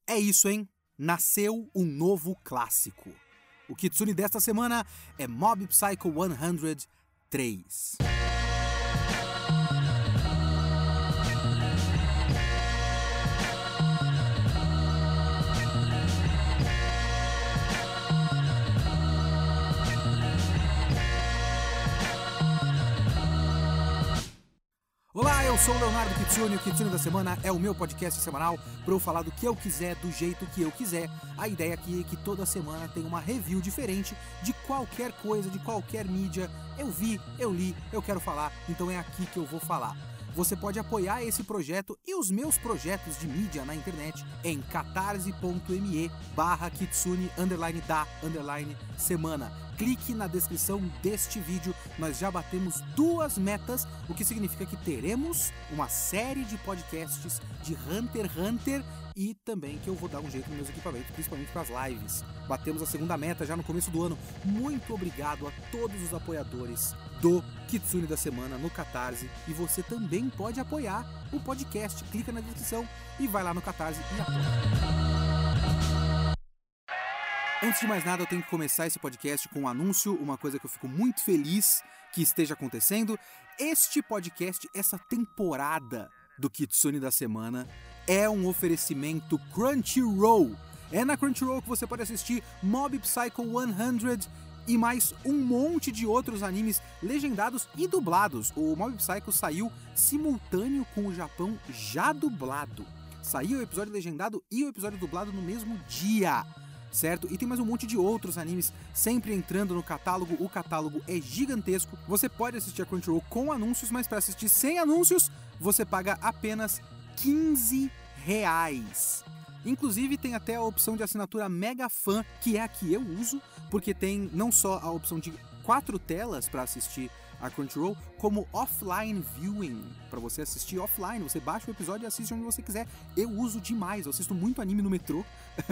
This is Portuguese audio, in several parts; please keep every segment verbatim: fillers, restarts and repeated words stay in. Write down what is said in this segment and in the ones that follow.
É isso, hein? Nasceu um novo clássico. O Kitsune desta semana é Mob Psycho cento e três. Olá, eu sou o Leonardo Kitsune, o Kitsune da Semana é o meu podcast semanal para eu falar do que eu quiser, do jeito que eu quiser. A ideia aqui é que toda semana tem uma review diferente de qualquer coisa, de qualquer mídia. Eu vi, eu li, eu quero falar, então é aqui que eu vou falar. Você pode apoiar esse projeto e os meus projetos de mídia na internet em catarse.me barra kitsune underline da underline semana. Clique na descrição deste vídeo, nós já batemos duas metas, o que significa que teremos uma série de podcasts de Hunter x Hunter e também que eu vou dar um jeito nos meus equipamentos, principalmente para as lives. Batemos a segunda meta já no começo do ano. Muito obrigado a todos os apoiadores do Kitsune da Semana no Catarse, e você também pode apoiar o podcast. Clica na descrição e vai lá no Catarse e apoia. Antes de mais nada, eu tenho que começar esse podcast com um anúncio, uma coisa que eu fico muito feliz que esteja acontecendo. Este podcast, essa temporada do Kitsune da Semana, é um oferecimento Crunchyroll. É na Crunchyroll que você pode assistir Mob Psycho cento e mais um monte de outros animes legendados e dublados. O Mob Psycho saiu simultâneo com o Japão já dublado. Saiu o episódio legendado e o episódio dublado no mesmo dia. Certo? E tem mais um monte de outros animes sempre entrando no catálogo. O catálogo é gigantesco. Você pode assistir a Crunchyroll com anúncios, mas para assistir sem anúncios, você paga apenas quinze reais. Inclusive tem até a opção de assinatura Mega Fan, que é a que eu uso, porque tem não só a opção de quatro telas para assistir a Crunchyroll, como offline viewing, para você assistir offline. Você baixa o episódio e assiste onde você quiser. Eu uso demais, eu assisto muito anime no metrô.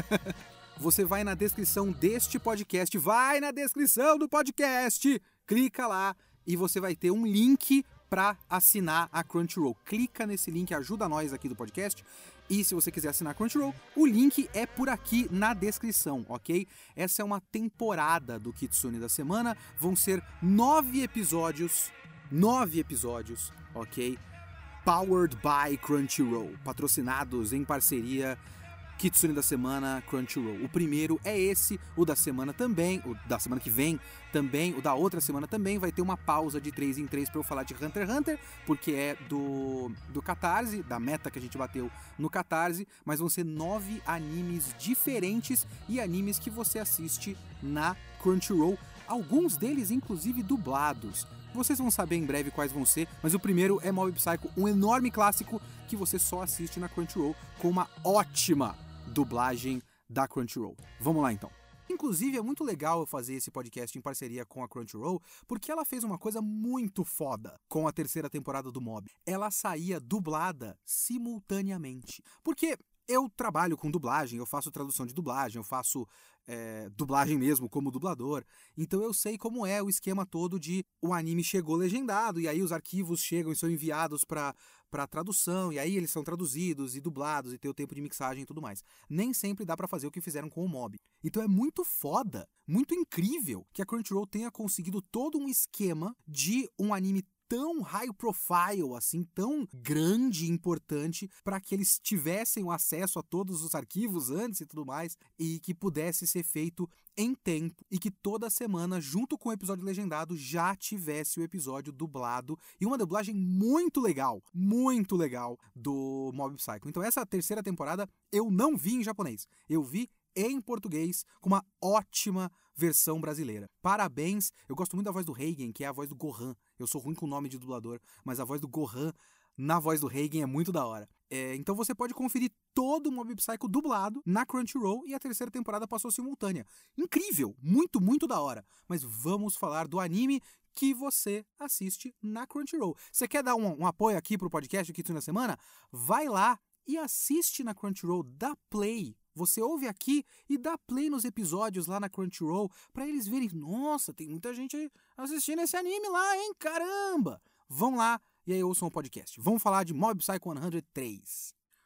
Você vai na descrição deste podcast, vai na descrição do podcast, clica lá e você vai ter um link para assinar a Crunchyroll. Clica nesse link, ajuda nós aqui do podcast. E se você quiser assinar a Crunchyroll, o link é por aqui na descrição, ok? Essa é uma temporada do Kitsune da Semana, vão ser nove episódios, nove episódios, ok? Powered by Crunchyroll, patrocinados em parceria Kitsune da Semana, Crunchyroll. O primeiro é esse, o da semana também, o da semana que vem também, o da outra semana também. Vai ter uma pausa de três em três para eu falar de Hunter x Hunter, porque é do, do Catarse, da meta que a gente bateu no Catarse, mas vão ser nove animes diferentes e animes que você assiste na Crunchyroll, alguns deles inclusive dublados. Vocês vão saber em breve quais vão ser, mas o primeiro é Mob Psycho, um enorme clássico que você só assiste na Crunchyroll com uma ótima dublagem da Crunchyroll. Vamos lá então. Inclusive é muito legal eu fazer esse podcast em parceria com a Crunchyroll, porque ela fez uma coisa muito foda com a terceira temporada do Mob. Ela saía dublada simultaneamente. Porque eu trabalho com dublagem, eu faço tradução de dublagem, eu faço é, dublagem mesmo como dublador, então eu sei como é o esquema todo de o anime chegou legendado, e aí os arquivos chegam e são enviados para para tradução, e aí eles são traduzidos e dublados e tem o tempo de mixagem e tudo mais. Nem sempre dá para fazer o que fizeram com o Mob. Então é muito foda, muito incrível que a Crunchyroll tenha conseguido todo um esquema de um anime tão high profile, assim, tão grande e importante, para que eles tivessem o acesso a todos os arquivos antes e tudo mais, e que pudesse ser feito em tempo, e que toda semana, junto com o episódio legendado, já tivesse o episódio dublado, e uma dublagem muito legal, muito legal do Mob Psycho. Então essa terceira temporada eu não vi em japonês, eu vi em português, com uma ótima versão brasileira. Parabéns, eu gosto muito da voz do Reigen, que é a voz do Gohan. Eu sou ruim com o nome de dublador, mas a voz do Gohan na voz do Reigen é muito da hora. É, então você pode conferir todo o Mob Psycho dublado na Crunchyroll, e a terceira temporada passou simultânea. Incrível, muito, muito da hora. Mas vamos falar do anime que você assiste na Crunchyroll. Você quer dar um, um apoio aqui pro podcast Kitsune na Semana? Vai lá e assiste na Crunchyroll, dá play. Você ouve aqui e dá play nos episódios lá na Crunchyroll pra eles verem, nossa, tem muita gente assistindo esse anime lá, hein? Caramba! Vão lá e aí ouçam o podcast. Vamos falar de Mob Psycho cento e três.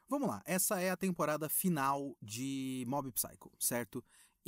Vamos lá, essa é a temporada final de Mob Psycho, certo?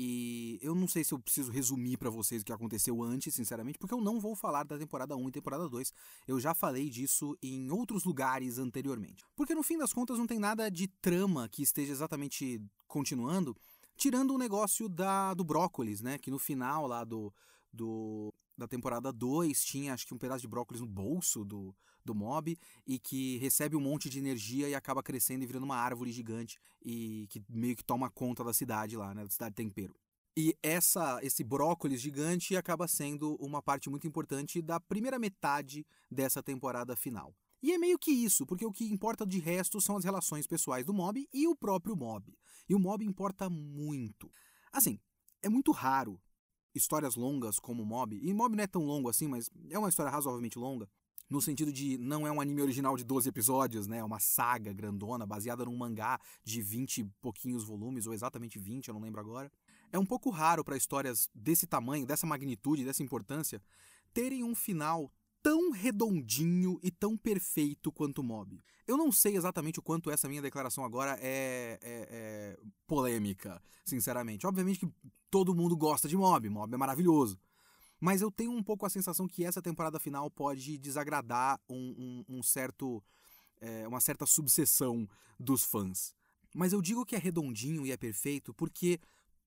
E eu não sei se eu preciso resumir pra vocês o que aconteceu antes, sinceramente, porque eu não vou falar da temporada um e temporada dois. Eu já falei disso em outros lugares anteriormente. Porque no fim das contas não tem nada de trama que esteja exatamente continuando, tirando o negócio da, do brócolis, né? Que no final lá do, do, da temporada dois tinha acho que um pedaço de brócolis no bolso do, do Mob e que recebe um monte de energia e acaba crescendo e virando uma árvore gigante e que meio que toma conta da cidade lá, né? Da cidade Tempero. E essa, esse brócolis gigante acaba sendo uma parte muito importante da primeira metade dessa temporada final. E é meio que isso, porque o que importa de resto são as relações pessoais do Mob e o próprio Mob. E o Mob importa muito. Assim, é muito raro histórias longas como o Mob, e Mob não é tão longo assim, mas é uma história razoavelmente longa, no sentido de não é um anime original de doze episódios, né? É uma saga grandona, baseada num mangá de vinte e pouquinhos volumes, ou exatamente vinte, eu não lembro agora. É um pouco raro para histórias desse tamanho, dessa magnitude, dessa importância, terem um final tão redondinho e tão perfeito quanto o Mob. Eu não sei exatamente o quanto essa minha declaração agora é, é, é polêmica, sinceramente. Obviamente que todo mundo gosta de Mob, Mob é maravilhoso. Mas eu tenho um pouco a sensação que essa temporada final pode desagradar um, um, um certo, é, uma certa subseção dos fãs. Mas eu digo que é redondinho e é perfeito porque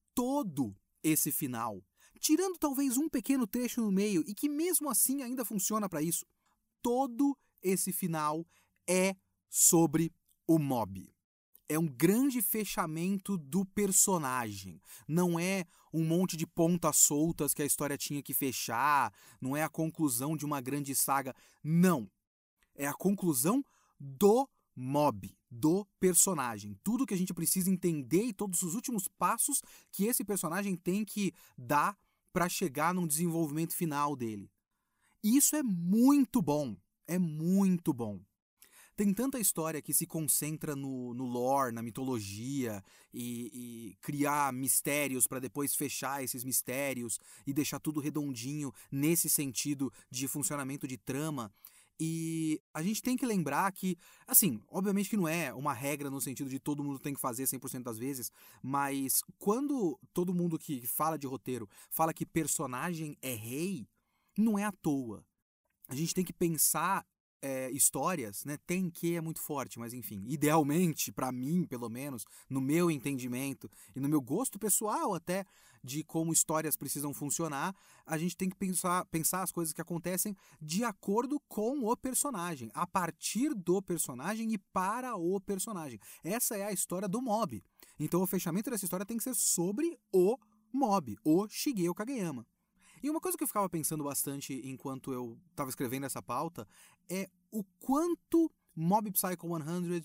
todo esse final, tirando talvez um pequeno trecho no meio e que mesmo assim ainda funciona para isso, todo esse final é sobre o Mob. É um grande fechamento do personagem. Não é um monte de pontas soltas que a história tinha que fechar, não é a conclusão de uma grande saga. Não. É a conclusão do Mob, do personagem. Tudo que a gente precisa entender e todos os últimos passos que esse personagem tem que dar para chegar num desenvolvimento final dele. E isso é muito bom. É muito bom. Tem tanta história que se concentra no, no lore, na mitologia e, e criar mistérios para depois fechar esses mistérios e deixar tudo redondinho nesse sentido de funcionamento de trama. E a gente tem que lembrar que, assim, obviamente que não é uma regra no sentido de todo mundo tem que fazer cem por cento das vezes, mas quando todo mundo que fala de roteiro fala que personagem é rei, não é à toa. A gente tem que pensar É, histórias, né? Tem que é muito forte, mas enfim, idealmente, pra mim, pelo menos, no meu entendimento e no meu gosto pessoal até de como histórias precisam funcionar, a gente tem que pensar, pensar as coisas que acontecem de acordo com o personagem, a partir do personagem e para o personagem. Essa é a história do Mob. Então o fechamento dessa história tem que ser sobre o Mob, o Shigeo Kageyama. E uma coisa que eu ficava pensando bastante enquanto eu estava escrevendo essa pauta é o quanto Mob Psycho cem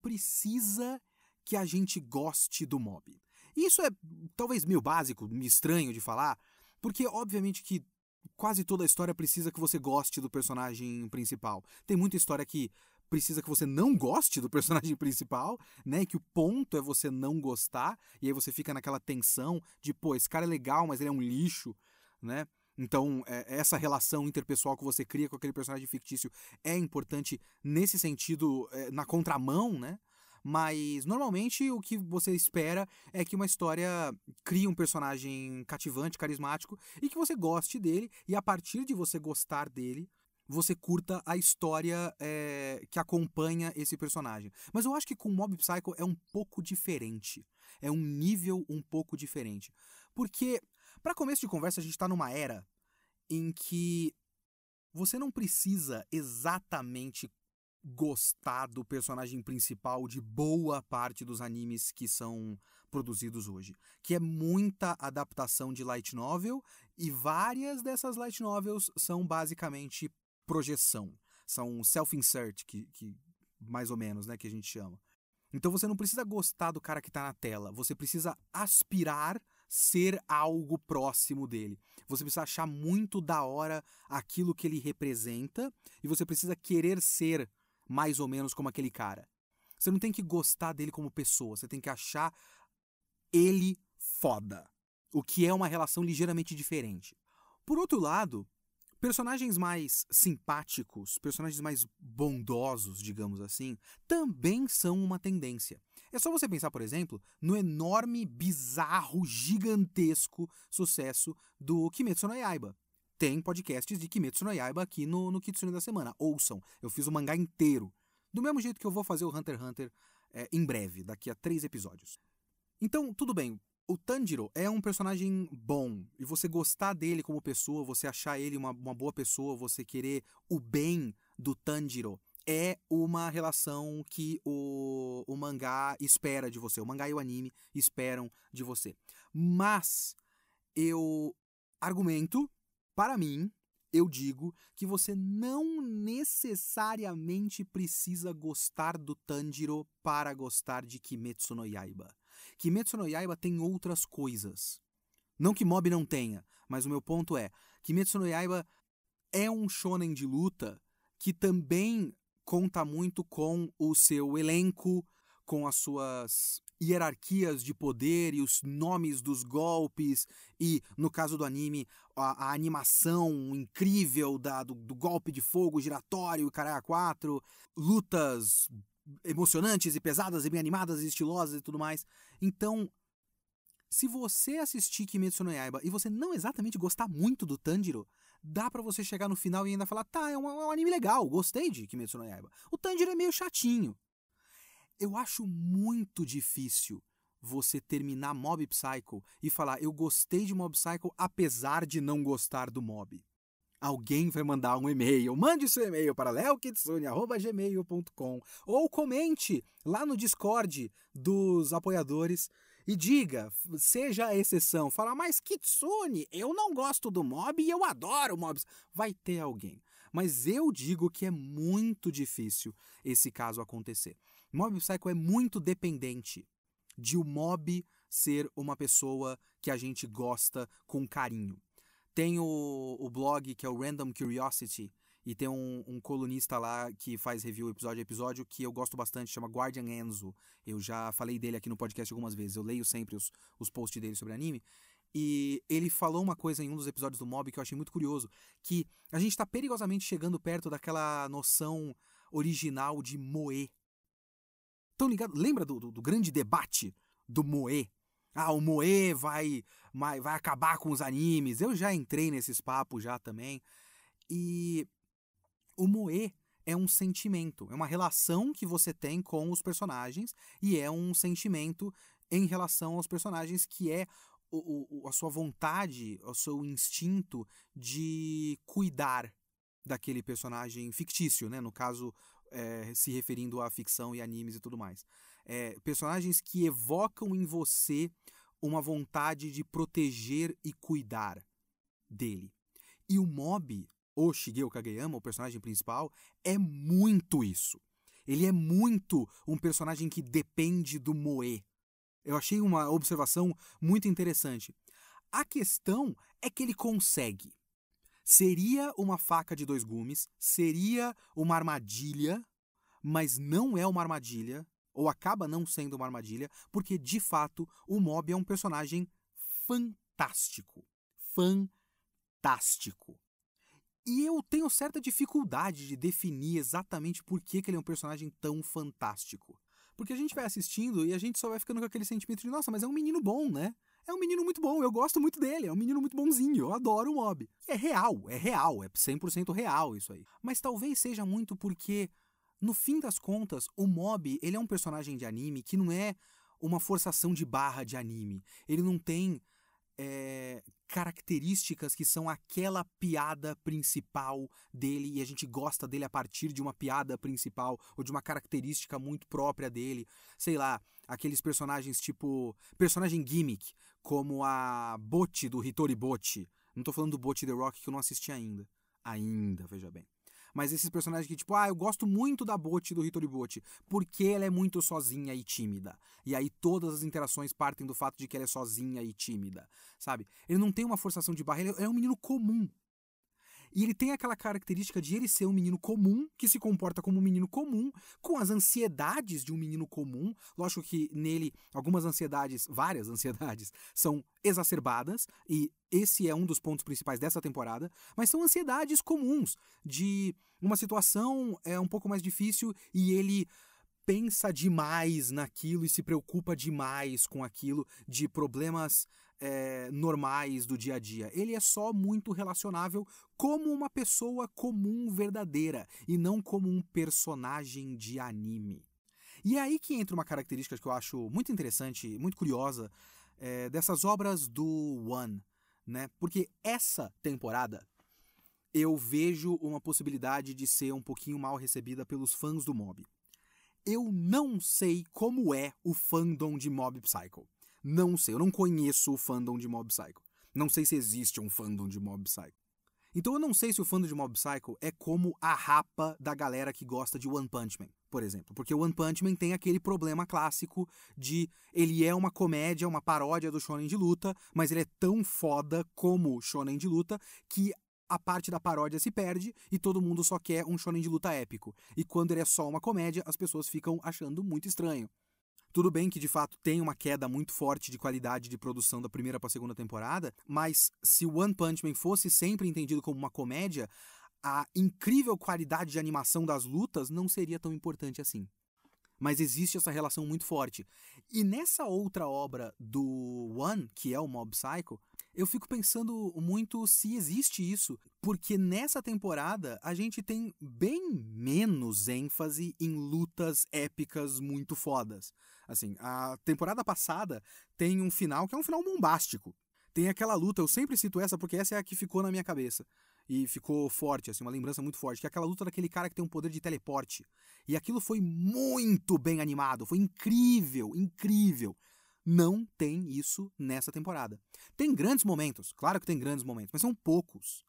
precisa que a gente goste do Mob. E isso é talvez meio básico, meio estranho de falar, porque obviamente que quase toda a história precisa que você goste do personagem principal. Tem muita história que precisa que você não goste do personagem principal, né? E que o ponto é você não gostar, e aí você fica naquela tensão de, pô, esse cara é legal, mas ele é um lixo, né? Então, é, essa relação interpessoal que você cria com aquele personagem fictício é importante nesse sentido, é, na contramão, né? Mas, normalmente, o que você espera é que uma história crie um personagem cativante, carismático, e que você goste dele, e a partir de você gostar dele, você curta a história é, que acompanha esse personagem. Mas eu acho que com Mob Psycho é um pouco diferente. É um nível um pouco diferente. Porque, para começo de conversa, a gente está numa era em que você não precisa exatamente gostar do personagem principal de boa parte dos animes que são produzidos hoje. Que é muita adaptação de light novel, e várias dessas light novels são basicamente projeção. São self-insert, que, que mais ou menos, né, que a gente chama. Então você não precisa gostar do cara que tá na tela, você precisa aspirar ser algo próximo dele. Você precisa achar muito da hora aquilo que ele representa e você precisa querer ser mais ou menos como aquele cara. Você não tem que gostar dele como pessoa, você tem que achar ele foda. O que é uma relação ligeiramente diferente. Por outro lado, Personagens mais simpáticos, personagens mais bondosos, digamos assim, também são uma tendência. É só você pensar, por exemplo, no enorme, bizarro, gigantesco sucesso do Kimetsu no Yaiba. Tem podcasts de Kimetsu no Yaiba aqui no, no Kitsune da Semana. Ouçam, eu fiz o mangá inteiro. Do mesmo jeito que eu vou fazer o Hunter x Hunter é, em breve, daqui a três episódios. Então, tudo bem. O Tanjiro é um personagem bom, e você gostar dele como pessoa, você achar ele uma, uma boa pessoa, você querer o bem do Tanjiro, é uma relação que o, o mangá espera de você, o mangá e o anime esperam de você. Mas eu argumento, para mim, eu digo que você não necessariamente precisa gostar do Tanjiro para gostar de Kimetsu no Yaiba. Kimetsu no Yaiba tem outras coisas. Não que Mob não tenha, mas o meu ponto é, Kimetsu no Yaiba é um shonen de luta que também conta muito com o seu elenco, com as suas hierarquias de poder e os nomes dos golpes e, no caso do anime, a, a animação incrível da, do, do golpe de fogo giratório e caralho a quatro, lutas emocionantes e pesadas e bem animadas e estilosas e tudo mais. Então, se você assistir Kimetsu no Yaiba e você não exatamente gostar muito do Tanjiro, dá pra você chegar no final e ainda falar, tá, é um, é um anime legal, gostei de Kimetsu no Yaiba. O Tanjiro é meio chatinho. Eu acho muito difícil você terminar Mob Psycho e falar, eu gostei de Mob Psycho apesar de não gostar do Mob. Alguém vai mandar um e-mail. Mande seu e-mail para leokitsune arroba gmail ponto com ou comente lá no Discord dos apoiadores e diga, seja a exceção, fala, mas Kitsune, eu não gosto do Mob e eu adoro Mobs. Vai ter alguém. Mas eu digo que é muito difícil esse caso acontecer. Mob Psycho é muito dependente de o Mob ser uma pessoa que a gente gosta com carinho. Tem o, o blog que é o Random Curiosity e tem um, um colunista lá que faz review episódio a episódio que eu gosto bastante, chama Guardian Enzo. Eu já falei dele aqui no podcast algumas vezes, eu leio sempre os, os posts dele sobre anime. E ele falou uma coisa em um dos episódios do Mob que eu achei muito curioso, que a gente tá perigosamente chegando perto daquela noção original de moe. Tão ligado? Lembra do, do, do grande debate do moe? Ah, o moe vai, vai, vai acabar com os animes. Eu já entrei nesses papos já também. E o moe é um sentimento, é uma relação que você tem com os personagens e é um sentimento em relação aos personagens que é o, o, a sua vontade, o seu instinto de cuidar daquele personagem fictício, né? No caso, é, se referindo à ficção e animes e tudo mais. É, personagens que evocam em você uma vontade de proteger e cuidar dele. E o Mob, o Shigeo Kageyama, o personagem principal, é muito isso. Ele é muito um personagem que depende do moe. Eu achei uma observação muito interessante. A questão é que ele consegue. Seria uma faca de dois gumes, seria uma armadilha, mas não é uma armadilha, ou acaba não sendo uma armadilha, porque, de fato, o Mob é um personagem fantástico. Fantástico. E eu tenho certa dificuldade de definir exatamente por que, que ele é um personagem tão fantástico. Porque a gente vai assistindo e a gente só vai ficando com aquele sentimento de, nossa, mas é um menino bom, né? É um menino muito bom, eu gosto muito dele, é um menino muito bonzinho, eu adoro o Mob. E é real, é real, é cem por cento real isso aí. Mas talvez seja muito porque, no fim das contas, o Mob, ele é um personagem de anime que não é uma forçação de barra de anime. Ele não tem é, características que são aquela piada principal dele e a gente gosta dele a partir de uma piada principal ou de uma característica muito própria dele. Sei lá, aqueles personagens tipo... personagem gimmick, como a Bocchi do Hitori Bocchi. Não tô falando do Bocchi The Rock que eu não assisti ainda. Ainda, veja bem. Mas esses personagens que, tipo, ah, eu gosto muito da Bocchi do Hitori Bocchi, porque ela é muito sozinha e tímida. E aí todas as interações partem do fato de que ela é sozinha e tímida, sabe? Ele não tem uma forçação de barra, ele é um menino comum. E ele tem aquela característica de ele ser um menino comum, que se comporta como um menino comum, com as ansiedades de um menino comum. Lógico que nele algumas ansiedades, várias ansiedades, são exacerbadas, e esse é um dos pontos principais dessa temporada, mas são ansiedades comuns, de uma situação é um pouco mais difícil e ele pensa demais naquilo e se preocupa demais com aquilo, de problemas é, normais do dia a dia. Ele é só muito relacionável como uma pessoa comum verdadeira e não como um personagem de anime. E é aí que entra uma característica que eu acho muito interessante, muito curiosa, é, dessas obras do One, né? Porque essa temporada eu vejo uma possibilidade de ser um pouquinho mal recebida pelos fãs do Mob. Eu não sei como é o fandom de Mob Psycho. Não sei, eu não conheço o fandom de Mob Psycho. Não sei se existe um fandom de Mob Psycho. Então eu não sei se o fandom de Mob Psycho é como a rapa da galera que gosta de One Punch Man, por exemplo. Porque o One Punch Man tem aquele problema clássico de ele é uma comédia, uma paródia do shonen de luta, mas ele é tão foda como shonen de luta que a parte da paródia se perde e todo mundo só quer um shonen de luta épico. E quando ele é só uma comédia, as pessoas ficam achando muito estranho. Tudo bem que, de fato, tem uma queda muito forte de qualidade de produção da primeira para a segunda temporada, mas se One Punch Man fosse sempre entendido como uma comédia, a incrível qualidade de animação das lutas não seria tão importante assim. Mas existe essa relação muito forte. E nessa outra obra do One, que é o Mob Psycho, eu fico pensando muito se existe isso, porque nessa temporada a gente tem bem menos ênfase em lutas épicas muito fodas. Assim, a temporada passada tem um final que é um final bombástico. Tem aquela luta, eu sempre cito essa porque essa é a que ficou na minha cabeça. E ficou forte, assim, uma lembrança muito forte, que é aquela luta daquele cara que tem um poder de teleporte. E aquilo foi muito bem animado, foi incrível, incrível. Não tem isso nessa temporada. Tem grandes momentos, claro que tem grandes momentos, mas são poucos.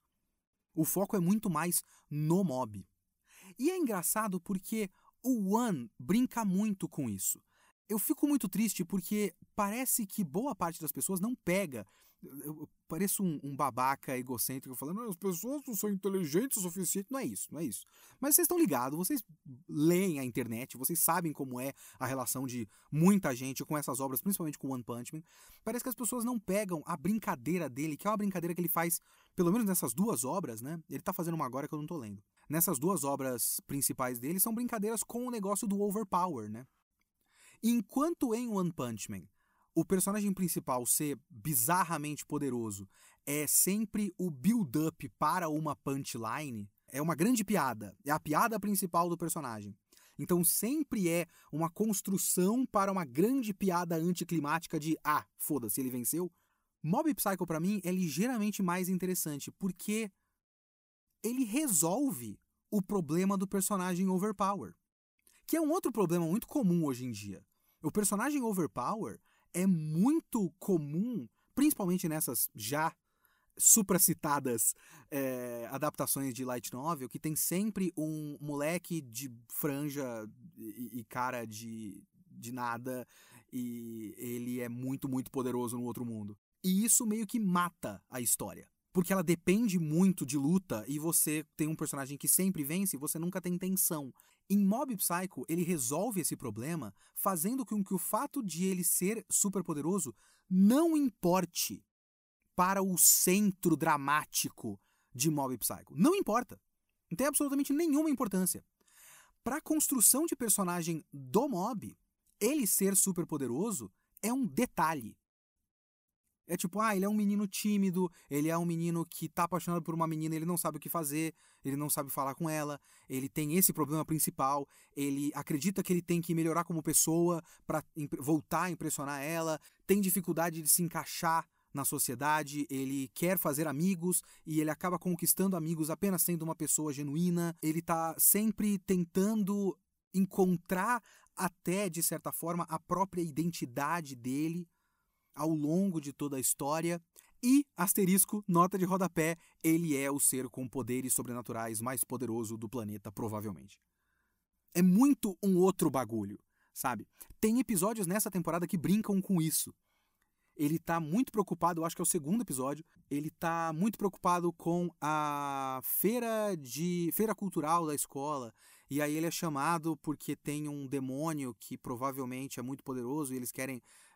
O foco é muito mais no mob. E é engraçado porque o One brinca muito com isso. Eu fico muito triste porque parece que boa parte das pessoas não pega. Eu pareço um, um babaca egocêntrico falando, as pessoas não são inteligentes o suficiente. Não é isso, não é isso. Mas vocês estão ligados, vocês leem a internet, vocês sabem como é a relação de muita gente com essas obras, principalmente com One Punch Man. Parece que as pessoas não pegam a brincadeira dele, que é uma brincadeira que ele faz, pelo menos nessas duas obras, né? Ele tá fazendo uma agora que eu não tô lendo. Nessas duas obras principais dele, são brincadeiras com o negócio do overpower, né? Enquanto em One Punch Man o personagem principal ser bizarramente poderoso é sempre o build-up para uma punchline, é uma grande piada, é a piada principal do personagem. Então sempre é uma construção para uma grande piada anticlimática de ah, foda-se, ele venceu. Mob Psycho pra mim é ligeiramente mais interessante, porque ele resolve o problema do personagem overpower, que é um outro problema muito comum hoje em dia. O personagem overpower é muito comum, principalmente nessas já supracitadas é, adaptações de light novel, que tem sempre um moleque de franja e, e cara de, de nada, e ele é muito, muito poderoso no outro mundo. E isso meio que mata a história. Porque ela depende muito de luta e você tem um personagem que sempre vence e você nunca tem tensão. Em Mob Psycho, ele resolve esse problema fazendo com que o fato de ele ser super poderoso não importe para o centro dramático de Mob Psycho. Não importa. Não tem absolutamente nenhuma importância. Para a construção de personagem do Mob, ele ser super poderoso é um detalhe. É tipo, ah, ele é um menino tímido, ele é um menino que tá apaixonado por uma menina, ele não sabe o que fazer, ele não sabe falar com ela, ele tem esse problema principal, ele acredita que ele tem que melhorar como pessoa pra voltar a impressionar ela, tem dificuldade de se encaixar na sociedade, ele quer fazer amigos e ele acaba conquistando amigos apenas sendo uma pessoa genuína, ele tá sempre tentando encontrar até, de certa forma, a própria identidade dele ao longo de toda a história. E, asterisco, nota de rodapé, ele é o ser com poderes sobrenaturais mais poderoso do planeta, provavelmente. É muito um outro bagulho, sabe? Tem episódios nessa temporada que brincam com isso. ele tá muito preocupado, eu acho que é o segundo episódio, ele tá muito preocupado com a feira de feira cultural da escola, e aí ele é chamado porque tem um demônio que provavelmente é muito poderoso e eles querem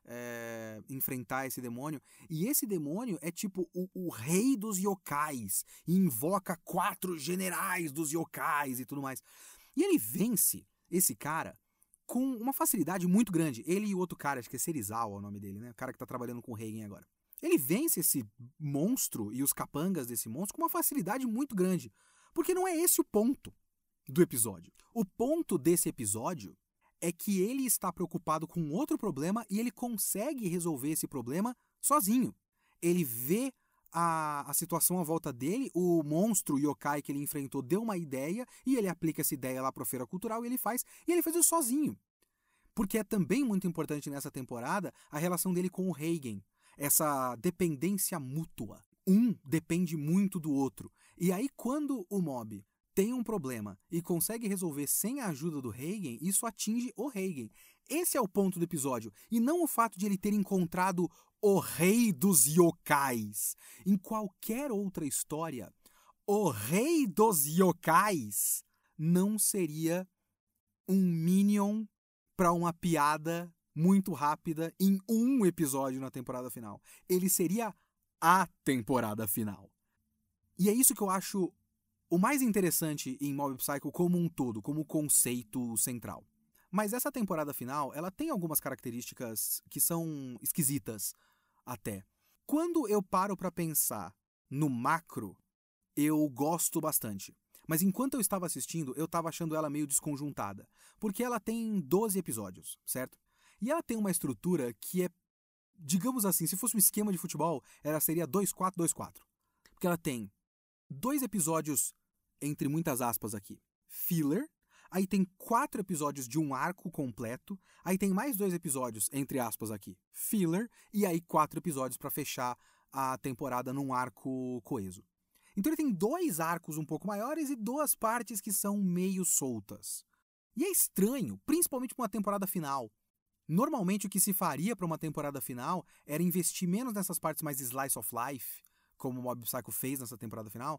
é, enfrentar esse demônio, e esse demônio é tipo o, o rei dos yokais, e invoca quatro generais dos yokais e tudo mais. E ele vence esse cara com uma facilidade muito grande. Ele e o outro cara, acho que é Serizawa o nome dele, né? O cara que tá trabalhando com o Reigen agora. Ele vence esse monstro e os capangas desse monstro com uma facilidade muito grande. Porque não é esse o ponto do episódio. O ponto desse episódio é que ele está preocupado com outro problema e ele consegue resolver esse problema sozinho. Ele vê a, a situação à volta dele, o monstro yokai que ele enfrentou deu uma ideia e ele aplica essa ideia lá para a feira cultural e ele faz, e ele faz isso sozinho. Porque é também muito importante nessa temporada a relação dele com o Reigen, essa dependência mútua. Um depende muito do outro. E aí quando o mob tem um problema e consegue resolver sem a ajuda do Reigen, isso atinge o Reigen. Esse é o ponto do episódio, e não o fato de ele ter encontrado o rei dos yokais. Em qualquer outra história, o rei dos yokais não seria um minion para uma piada muito rápida em um episódio na temporada final. Ele seria a temporada final. E é isso que eu acho o mais interessante em Mob Psycho como um todo, como conceito central. Mas essa temporada final, ela tem algumas características que são esquisitas até. Quando eu paro pra pensar no macro, eu gosto bastante. Mas enquanto eu estava assistindo, eu estava achando ela meio desconjuntada. Porque ela tem doze episódios, certo? E ela tem uma estrutura que é, digamos assim, se fosse um esquema de futebol, ela seria dois quatro dois quatro. Porque ela tem dois episódios, entre muitas aspas aqui, filler. Aí tem quatro episódios de um arco completo. Aí tem mais dois episódios, entre aspas aqui, filler. E aí quatro episódios para fechar a temporada num arco coeso. Então ele tem dois arcos um pouco maiores e duas partes que são meio soltas. E é estranho, principalmente para uma temporada final. Normalmente o que se faria para uma temporada final era investir menos nessas partes mais slice of life, como o Mob Psycho fez nessa temporada final,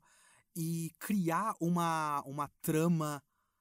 e criar uma, uma trama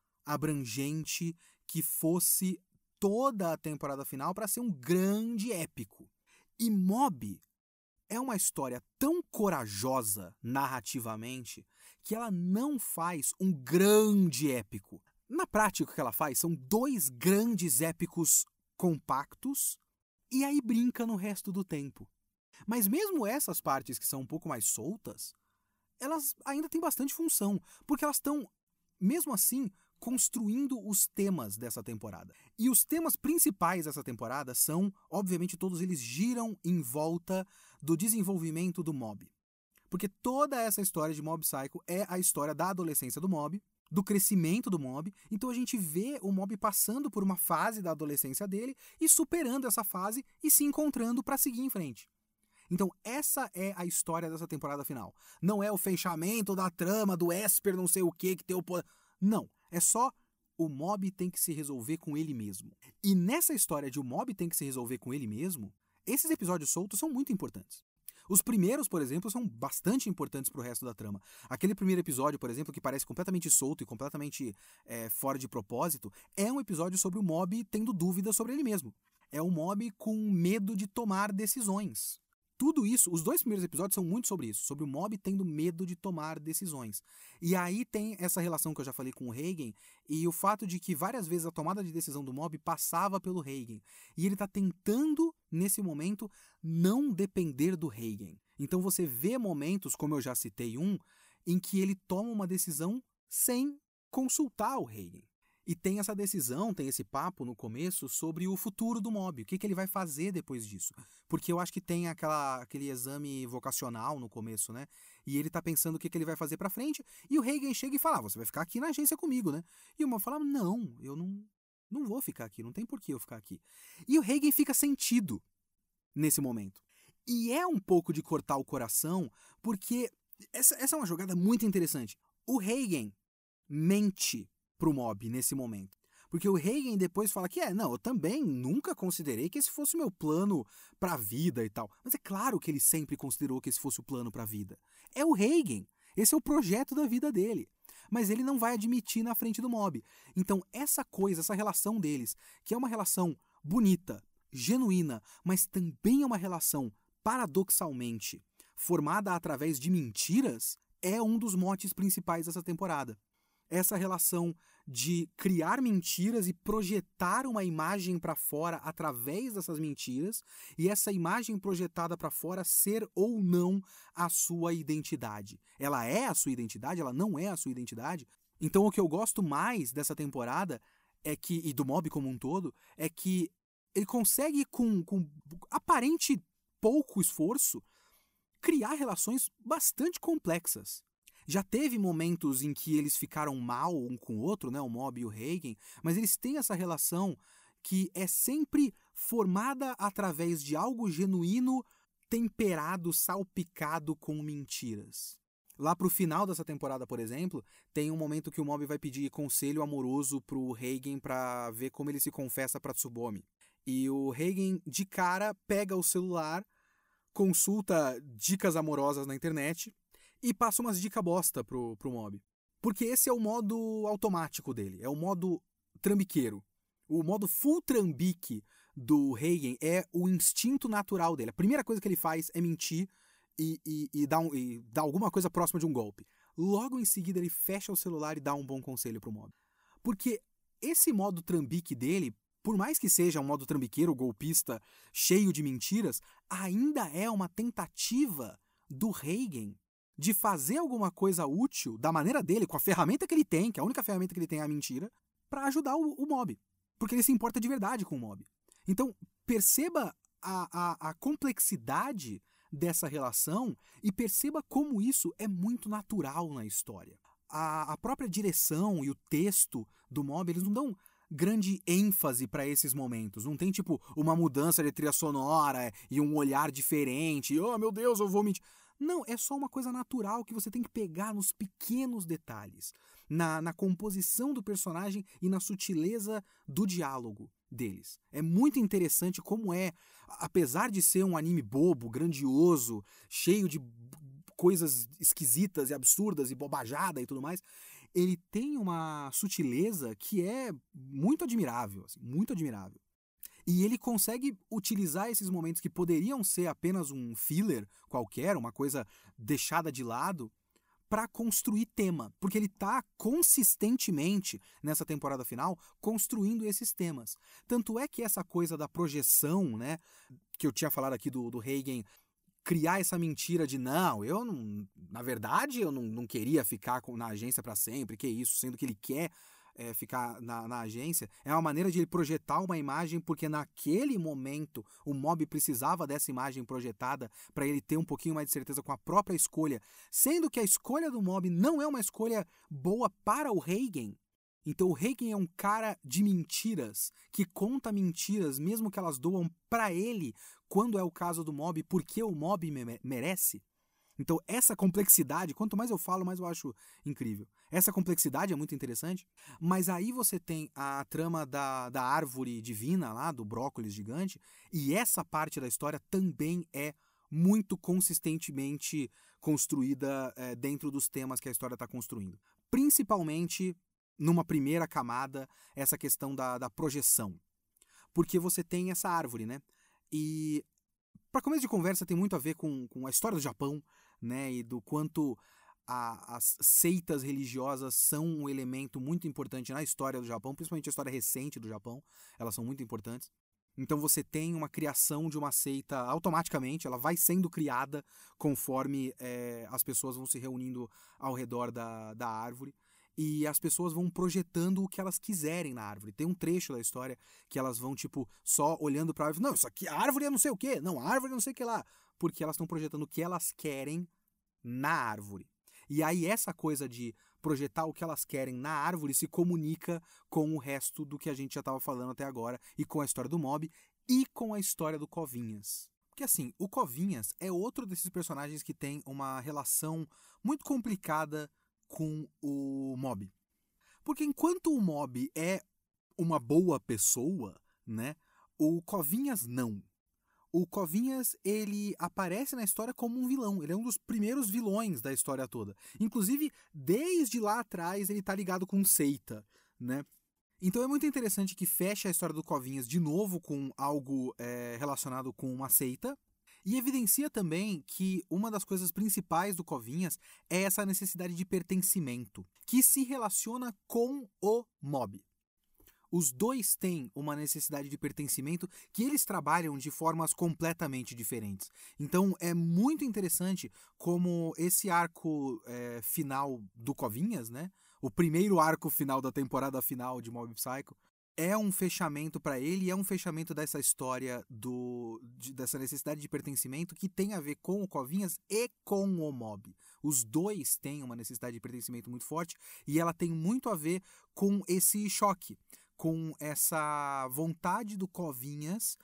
abrangente que fosse toda a temporada final para ser um grande épico. E Mob é uma história tão corajosa narrativamente que ela não faz um grande épico. Na prática, o que ela faz são dois grandes épicos compactos e aí brinca no resto do tempo. Mas mesmo essas partes que são um pouco mais soltas, elas ainda têm bastante função, porque elas estão, mesmo assim, construindo os temas dessa temporada. E os temas principais dessa temporada são, obviamente, todos eles giram em volta do desenvolvimento do Mob. Porque toda essa história de Mob Psycho é a história da adolescência do Mob, do crescimento do Mob. Então a gente vê o Mob passando por uma fase da adolescência dele e superando essa fase e se encontrando para seguir em frente. Então essa é a história dessa temporada final. Não é o fechamento da trama do Esper não sei o que que tem o poder. Não. É só o Mob tem que se resolver com ele mesmo. E nessa história de o Mob tem que se resolver com ele mesmo, esses episódios soltos são muito importantes. Os primeiros, por exemplo, são bastante importantes pro resto da trama. Aquele primeiro episódio, por exemplo, que parece completamente solto e completamente é, fora de propósito, é um episódio sobre o Mob tendo dúvidas sobre ele mesmo. É o Mob com medo de tomar decisões. Tudo isso, os dois primeiros episódios são muito sobre isso, sobre o Mob tendo medo de tomar decisões. E aí tem essa relação que eu já falei com o Reigen e o fato de que várias vezes a tomada de decisão do Mob passava pelo Reigen. E ele tá tentando, nesse momento, não depender do Reigen. Então você vê momentos, como eu já citei um, em que ele toma uma decisão sem consultar o Reigen. E tem essa decisão, tem esse papo no começo sobre o futuro do Mob, o que, que ele vai fazer depois disso. Porque eu acho que tem aquela, aquele exame vocacional no começo, né? E ele tá pensando o que, que ele vai fazer pra frente, e o Reigen chega e fala, ah, você vai ficar aqui na agência comigo, né? E o Mob fala, não, eu não, não vou ficar aqui, não tem por que eu ficar aqui. E o Reigen fica sentido nesse momento. E é um pouco de cortar o coração, porque essa, essa é uma jogada muito interessante. O Reigen mente pro Mob nesse momento. Porque o Hagen depois fala que é, não, eu também nunca considerei que esse fosse o meu plano pra vida e tal. Mas é claro que ele sempre considerou que esse fosse o plano pra vida. É o Hagen. Esse é o projeto da vida dele. Mas ele não vai admitir na frente do mob. Então essa coisa, essa relação deles, que é uma relação bonita, genuína, mas também é uma relação, paradoxalmente, formada através de mentiras, é um dos motes principais dessa temporada. Essa relação de criar mentiras e projetar uma imagem para fora através dessas mentiras, e essa imagem projetada para fora ser ou não a sua identidade. Ela é a sua identidade? Ela não é a sua identidade? Então o que eu gosto mais dessa temporada é que, e do mob como um todo, é que ele consegue, com, com aparente pouco esforço, criar relações bastante complexas. Já teve momentos em que eles ficaram mal um com o outro, né, o Mob e o Hagen, mas eles têm essa relação que é sempre formada através de algo genuíno, temperado, salpicado com mentiras. Lá pro final dessa temporada, por exemplo, tem um momento que o Mob vai pedir conselho amoroso pro Hagen pra ver como ele se confessa pra Tsubomi. E o Hagen, de cara, pega o celular, consulta dicas amorosas na internet e passa umas dicas bosta pro, pro Mob. Porque esse é o modo automático dele, é o modo trambiqueiro. O modo full trambique do Hagen é o instinto natural dele. A primeira coisa que ele faz é mentir e, e, e, dar, um, e dar alguma coisa próxima de um golpe. Logo em seguida ele fecha o celular e dá um bom conselho pro Mob. Porque esse modo trambique dele, por mais que seja um modo trambiqueiro, golpista, cheio de mentiras, ainda é uma tentativa do Hagen de fazer alguma coisa útil, da maneira dele, com a ferramenta que ele tem, que a única ferramenta que ele tem é a mentira, para ajudar o, o Mob. Porque ele se importa de verdade com o Mob. Então, perceba a, a, a complexidade dessa relação e perceba como isso é muito natural na história. A, a própria direção e o texto do Mob, eles não dão grande ênfase para esses momentos. Não tem, tipo, uma mudança de trilha sonora e um olhar diferente. Oh, meu Deus, eu vou mentir. Não, é só uma coisa natural que você tem que pegar nos pequenos detalhes, na, na composição do personagem e na sutileza do diálogo deles. É muito interessante como é, apesar de ser um anime bobo, grandioso, cheio de coisas esquisitas e absurdas e bobajada e tudo mais, ele tem uma sutileza que é muito admirável, assim, muito admirável. E ele consegue utilizar esses momentos que poderiam ser apenas um filler qualquer, uma coisa deixada de lado, para construir tema. Porque ele está consistentemente, nessa temporada final, construindo esses temas. Tanto é que essa coisa da projeção, né, que eu tinha falado aqui do, do Hagen, criar essa mentira de não, eu não, na verdade eu não, não queria ficar com, na agência para sempre, que isso, sendo que ele quer é, ficar na, na agência, é uma maneira de ele projetar uma imagem, porque naquele momento o Mob precisava dessa imagem projetada para ele ter um pouquinho mais de certeza com a própria escolha, sendo que a escolha do Mob não é uma escolha boa para o Hagen. Então o Hagen é um cara de mentiras, que conta mentiras, mesmo que elas doam para ele, quando é o caso do Mob, porque o Mob me- merece. Então essa complexidade, quanto mais eu falo, mais eu acho incrível. Essa complexidade é muito interessante, mas aí você tem a trama da, da árvore divina lá, do brócolis gigante, e essa parte da história também é muito consistentemente construída é, dentro dos temas que a história está construindo. Principalmente numa primeira camada, essa questão da, da projeção. Porque você tem essa árvore, né? E para começo de conversa tem muito a ver com, com a história do Japão, né? E do quanto a, as seitas religiosas são um elemento muito importante na história do Japão, principalmente a história recente do Japão, elas são muito importantes. Então você tem uma criação de uma seita automaticamente, ela vai sendo criada conforme é, as pessoas vão se reunindo ao redor da, da árvore. E as pessoas vão projetando o que elas quiserem na árvore. Tem um trecho da história que elas vão, tipo, só olhando pra árvore. Não, isso aqui, a árvore é não sei o quê. Não, a árvore é não sei o que lá. Porque elas estão projetando o que elas querem na árvore. E aí essa coisa de projetar o que elas querem na árvore se comunica com o resto do que a gente já estava falando até agora. E com a história do Mob e com a história do Covinhas. Porque assim, o Covinhas é outro desses personagens que tem uma relação muito complicada com o Mob. Porque enquanto o Mob é uma boa pessoa, né? O Covinhas não. O Covinhas, ele aparece na história como um vilão. Ele é um dos primeiros vilões da história toda. Inclusive, desde lá atrás, ele tá ligado com seita, né? Então é muito interessante que fecha a história do Covinhas de novo com algo é, relacionado com uma seita. E evidencia também que uma das coisas principais do Covinhas é essa necessidade de pertencimento, que se relaciona com o mob. Os dois têm uma necessidade de pertencimento que eles trabalham de formas completamente diferentes. Então é muito interessante como esse arco é, final do Covinhas, né? O primeiro arco final da temporada final de Mob Psycho, é um fechamento para ele e é um fechamento dessa história do, de, dessa necessidade de pertencimento que tem a ver com o Covinhas e com o mob. Os dois têm uma necessidade de pertencimento muito forte e ela tem muito a ver com esse choque, com essa vontade do Covinhas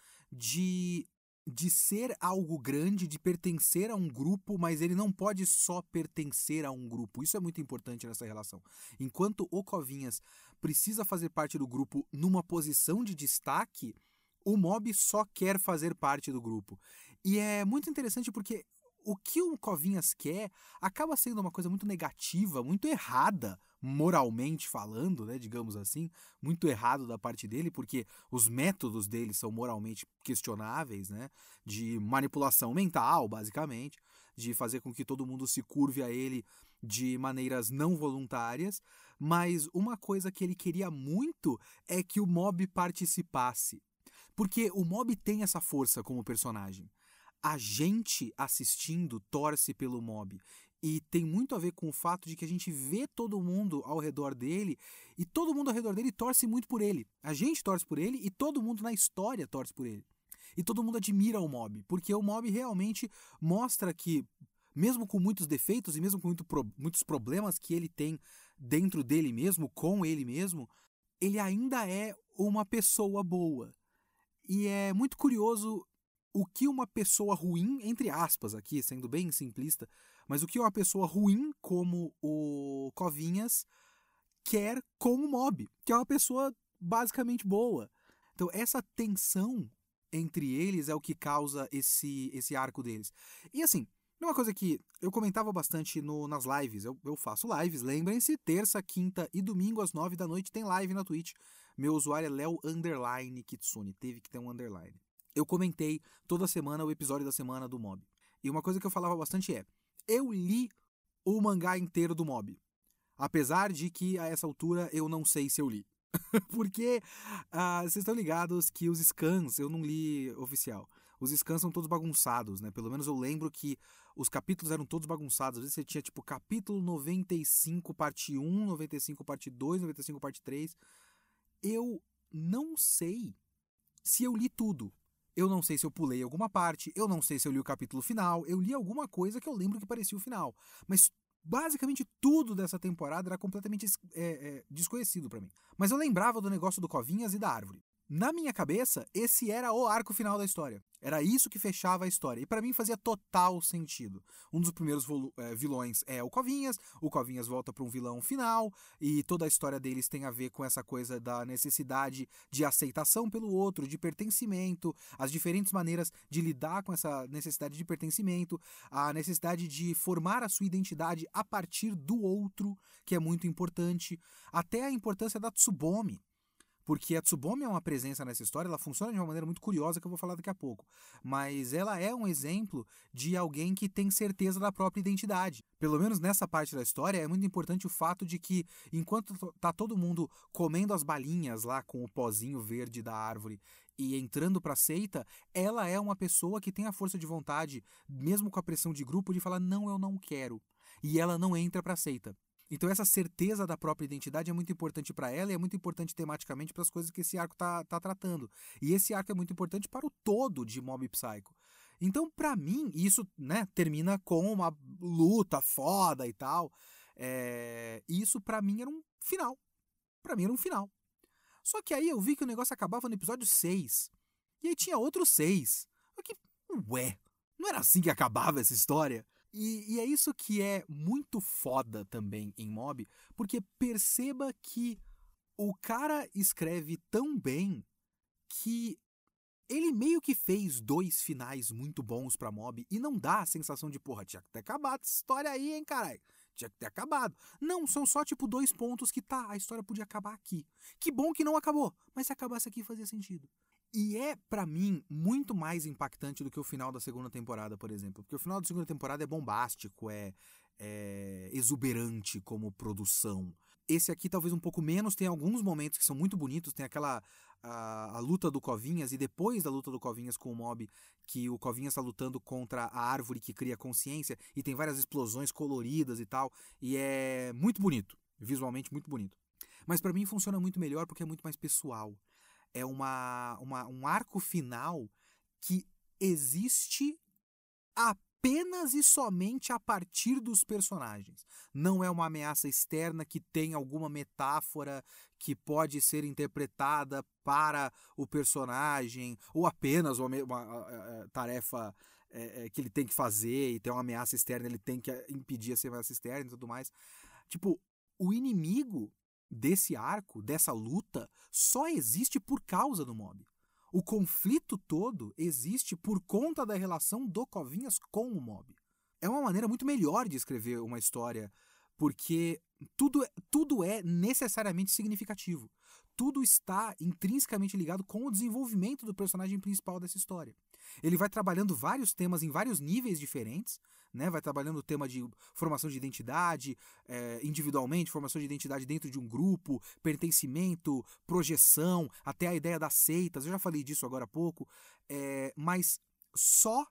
de, de ser algo grande, de pertencer a um grupo, mas ele não pode só pertencer a um grupo. Isso é muito importante nessa relação. Enquanto o Covinhas precisa fazer parte do grupo numa posição de destaque, o mob só quer fazer parte do grupo. E é muito interessante porque o que o Covinhas quer acaba sendo uma coisa muito negativa, muito errada, moralmente falando, né, digamos assim, muito errado da parte dele, porque os métodos dele são moralmente questionáveis, né, de manipulação mental, basicamente, de fazer com que todo mundo se curve a ele de maneiras não voluntárias, mas uma coisa que ele queria muito é que o mob participasse, porque o mob tem essa força como personagem. A gente assistindo torce pelo mob. E tem muito a ver com o fato de que a gente vê todo mundo ao redor dele e todo mundo ao redor dele torce muito por ele. A gente torce por ele e todo mundo na história torce por ele. E todo mundo admira o mob, porque o mob realmente mostra que, mesmo com muitos defeitos e mesmo com muito pro, muitos problemas que ele tem dentro dele mesmo, com ele mesmo, ele ainda é uma pessoa boa. E é muito curioso o que uma pessoa ruim, entre aspas aqui, sendo bem simplista, mas o que uma pessoa ruim como o Covinhas quer com o mob, que é uma pessoa basicamente boa. Então essa tensão entre eles é o que causa esse, esse arco deles. E assim, uma coisa que eu comentava bastante no, nas lives, eu, eu faço lives, lembrem-se, terça, quinta e domingo às nove da noite tem live na Twitch. Meu usuário é Leo Underline Kitsune, teve que ter um underline. Eu comentei toda semana o episódio da semana do Mob. E uma coisa que eu falava bastante é, eu li o mangá inteiro do Mob. Apesar de que, a essa altura, eu não sei se eu li. Porque ah, vocês estão ligados que os scans, eu não li oficial. Os scans são todos bagunçados, né? Pelo menos eu lembro que os capítulos eram todos bagunçados. Às vezes você tinha, tipo, capítulo noventa e cinco, parte um, noventa e cinco, parte dois, noventa e cinco, parte três. Eu não sei se eu li tudo. Eu não sei se eu pulei alguma parte, eu não sei se eu li o capítulo final, eu li alguma coisa que eu lembro que parecia o final. Mas basicamente tudo dessa temporada era completamente é, é, desconhecido pra mim. Mas eu lembrava do negócio do Covinhas e da árvore. Na minha cabeça, esse era o arco final da história. Era isso que fechava a história. E pra mim fazia total sentido. Um dos primeiros é, vilões é o Covinhas. O Covinhas volta para um vilão final. E toda a história deles tem a ver com essa coisa da necessidade de aceitação pelo outro, de pertencimento, as diferentes maneiras de lidar com essa necessidade de pertencimento, a necessidade de formar a sua identidade a partir do outro, que é muito importante. Até a importância da Tsubomi. Porque a Tsubomi é uma presença nessa história, ela funciona de uma maneira muito curiosa que eu vou falar daqui a pouco. Mas ela é um exemplo de alguém que tem certeza da própria identidade. Pelo menos nessa parte da história é muito importante o fato de que, enquanto tá todo mundo comendo as balinhas lá com o pozinho verde da árvore e entrando pra seita, ela é uma pessoa que tem a força de vontade, mesmo com a pressão de grupo, de falar, não, eu não quero. E ela não entra pra seita. Então essa certeza da própria identidade é muito importante para ela e é muito importante tematicamente para as coisas que esse arco tá, tá tratando. E esse arco é muito importante para o todo de Mob Psycho. Então, para mim, isso, né, termina com uma luta foda e tal. É... Isso, para mim, era um final. Para mim, era um final. Só que aí eu vi que o negócio acabava no episódio seis. E aí tinha outros seis. Eu que, ué, não era assim que acabava essa história? E, e é isso que é muito foda também em Mob, porque perceba que o cara escreve tão bem que ele meio que fez dois finais muito bons pra Mob e não dá a sensação de, porra, tinha que ter acabado essa história aí, hein, caralho. Tinha que ter acabado. Não, são só tipo dois pontos que tá, a história podia acabar aqui. Que bom que não acabou, mas se acabasse aqui fazia sentido. E é, pra mim, muito mais impactante do que o final da segunda temporada, por exemplo. Porque o final da segunda temporada é bombástico, é, é exuberante como produção. Esse aqui talvez um pouco menos, tem alguns momentos que são muito bonitos, tem aquela a, a luta do Covinhas, e depois da luta do Covinhas com o Mob, que o Covinhas tá lutando contra a árvore que cria consciência, e tem várias explosões coloridas e tal, e é muito bonito, visualmente muito bonito. Mas pra mim funciona muito melhor porque é muito mais pessoal. É uma, uma, um arco final que existe apenas e somente a partir dos personagens. Não é uma ameaça externa que tem alguma metáfora que pode ser interpretada para o personagem, ou apenas uma, uma, uma, uma tarefa é, é, que ele tem que fazer e tem uma ameaça externa, ele tem que impedir essa ameaça externa e tudo mais. Tipo, o inimigo desse arco, dessa luta, só existe por causa do Mob. O conflito todo existe por conta da relação do Covinhas com o Mob. É uma maneira muito melhor de escrever uma história, porque tudo, tudo é necessariamente significativo. Tudo está intrinsecamente ligado com o desenvolvimento do personagem principal dessa história. Ele vai trabalhando vários temas em vários níveis diferentes, né? Vai trabalhando o tema de formação de identidade, é, individualmente, formação de identidade dentro de um grupo, pertencimento, projeção, até a ideia das seitas. Eu já falei disso agora há pouco, é, mas só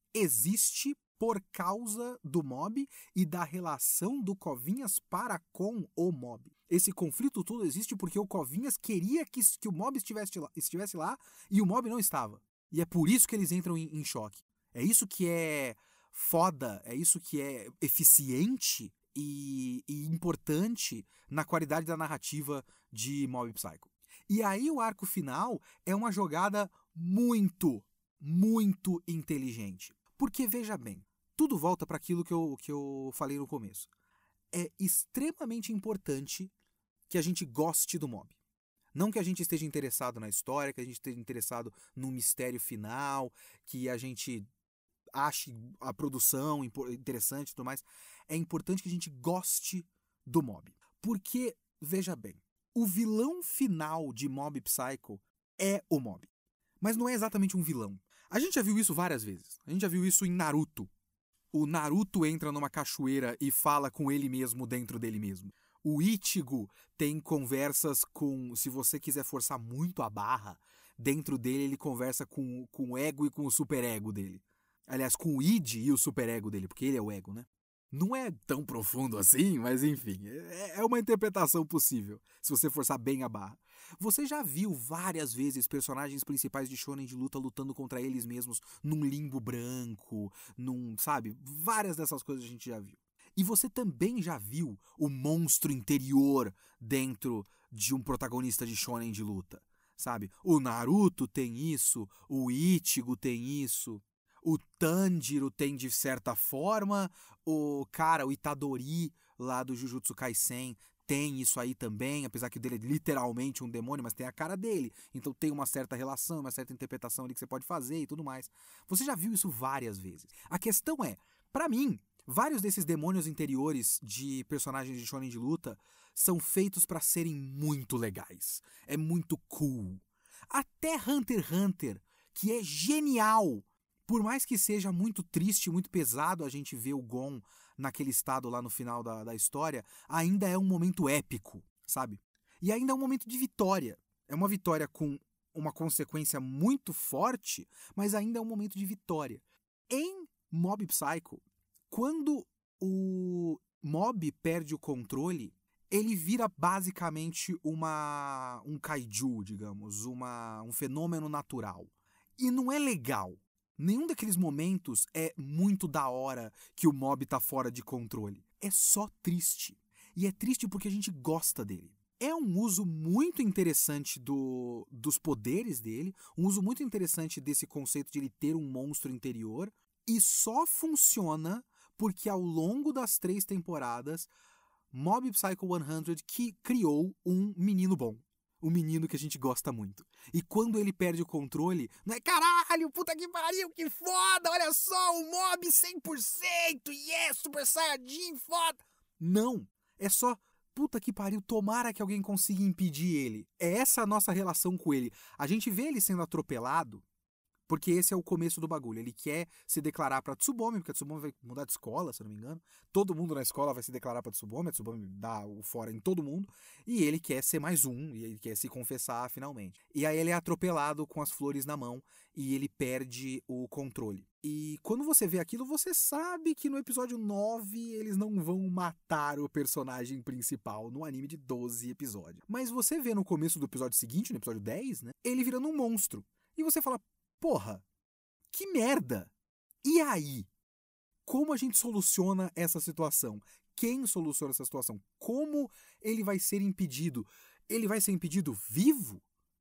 existe por causa do Mob e da relação do Covinhas para com o Mob. Esse conflito todo existe porque o Covinhas queria que, que o Mob estivesse lá, estivesse lá e o Mob não estava. E é por isso que eles entram em, em choque. É isso que é foda, é isso que é eficiente e, e importante na qualidade da narrativa de Mob Psycho. E aí o arco final é uma jogada muito, muito inteligente. Porque, veja bem, tudo volta para aquilo que eu, que eu falei no começo. É extremamente importante que a gente goste do Mob. Não que a gente esteja interessado na história, que a gente esteja interessado no mistério final, que a gente ache a produção interessante e tudo mais. É importante que a gente goste do Mob. Porque, veja bem, o vilão final de Mob Psycho é o Mob. Mas não é exatamente um vilão. A gente já viu isso várias vezes. A gente já viu isso em Naruto. O Naruto entra numa cachoeira e fala com ele mesmo dentro dele mesmo. O Ichigo tem conversas com... Se você quiser forçar muito a barra, dentro dele ele conversa com, com o ego e com o superego dele. Aliás, com o id e o superego dele, porque ele é o ego, né? Não é tão profundo assim, mas enfim, é uma interpretação possível, se você forçar bem a barra. Você já viu várias vezes personagens principais de shonen de luta lutando contra eles mesmos num limbo branco, num, sabe? Várias dessas coisas a gente já viu. E você também já viu o monstro interior dentro de um protagonista de shonen de luta, sabe? O Naruto tem isso, o Ichigo tem isso... O Tanjiro tem de certa forma, o cara, o Itadori lá do Jujutsu Kaisen tem isso aí também, apesar que dele é literalmente um demônio, mas tem a cara dele, então tem uma certa relação, uma certa interpretação ali que você pode fazer e tudo mais. Você já viu isso várias vezes. A questão é, pra mim, vários desses demônios interiores de personagens de shonen de luta são feitos pra serem muito legais. É muito cool. Até Hunter x Hunter, que é genial. Por mais que seja muito triste, muito pesado a gente ver o Gon naquele estado lá no final da, da história, ainda é um momento épico, sabe? E ainda é um momento de vitória. É uma vitória com uma consequência muito forte, mas ainda é um momento de vitória. Em Mob Psycho, quando o Mob perde o controle, ele vira basicamente uma, um kaiju, digamos, uma, um fenômeno natural. E não é legal. Nenhum daqueles momentos é muito da hora que o Mob tá fora de controle. É só triste. E é triste porque a gente gosta dele. É um uso muito interessante do, dos poderes dele, um uso muito interessante desse conceito de ele ter um monstro interior, e só funciona porque ao longo das três temporadas Mob Psycho cem que criou um menino bom. Um menino que a gente gosta muito. E quando ele perde o controle, não é caralho, puta que pariu, que foda, olha só, o Mob cem por cento, yes, Super Saiyajin, foda. Não, é só, puta que pariu, tomara que alguém consiga impedir ele. É essa a nossa relação com ele. A gente vê ele sendo atropelado, porque esse é o começo do bagulho. Ele quer se declarar pra Tsubomi, porque a Tsubomi vai mudar de escola, se eu não me engano. Todo mundo na escola vai se declarar pra Tsubomi, a Tsubomi dá o fora em todo mundo. E ele quer ser mais um, e ele quer se confessar finalmente. E aí ele é atropelado com as flores na mão, e ele perde o controle. E quando você vê aquilo, você sabe que no episódio nove eles não vão matar o personagem principal, no anime de doze episódios. Mas você vê no começo do episódio seguinte, no episódio dez, né, ele virando um monstro. E você fala, porra, que merda! E aí? Como a gente soluciona essa situação? Quem soluciona essa situação? Como ele vai ser impedido? Ele vai ser impedido vivo?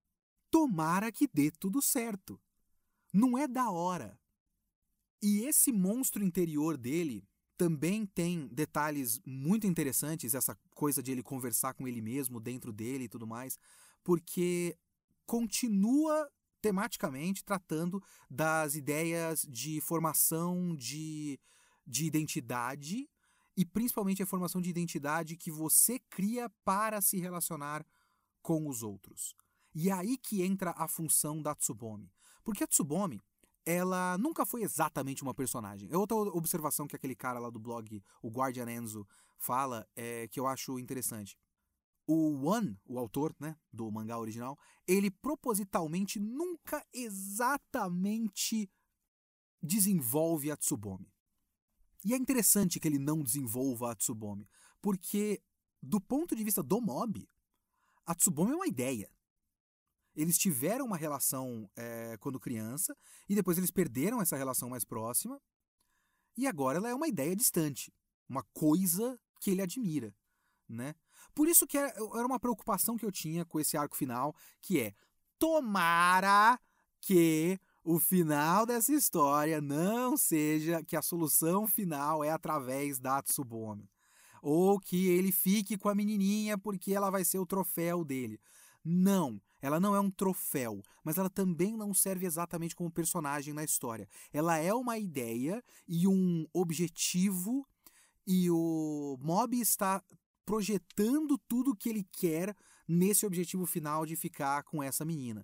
Tomara que dê tudo certo. Não é da hora. E esse monstro interior dele também tem detalhes muito interessantes, essa coisa de ele conversar com ele mesmo, dentro dele e tudo mais, porque continua tematicamente tratando das ideias de formação de, de identidade e principalmente a formação de identidade que você cria para se relacionar com os outros. E é aí que entra a função da Tsubomi. Porque a Tsubomi, ela nunca foi exatamente uma personagem. É outra observação que aquele cara lá do blog, o Guardian Enzo, fala, é, que eu acho interessante. O One, o autor, né, do mangá original, ele propositalmente nunca exatamente desenvolve a Tsubomi. E é interessante que ele não desenvolva a Tsubomi, porque do ponto de vista do Mob, a Tsubomi é uma ideia. Eles tiveram uma relação é, quando criança, e depois eles perderam essa relação mais próxima, e agora ela é uma ideia distante, uma coisa que ele admira, né? Por isso que era uma preocupação que eu tinha com esse arco final, que é, tomara que o final dessa história não seja que a solução final é através da Tsubomi. Ou que ele fique com a menininha porque ela vai ser o troféu dele. Não, ela não é um troféu, mas ela também não serve exatamente como personagem na história. Ela é uma ideia e um objetivo, e o Mob está projetando tudo o que ele quer nesse objetivo final de ficar com essa menina.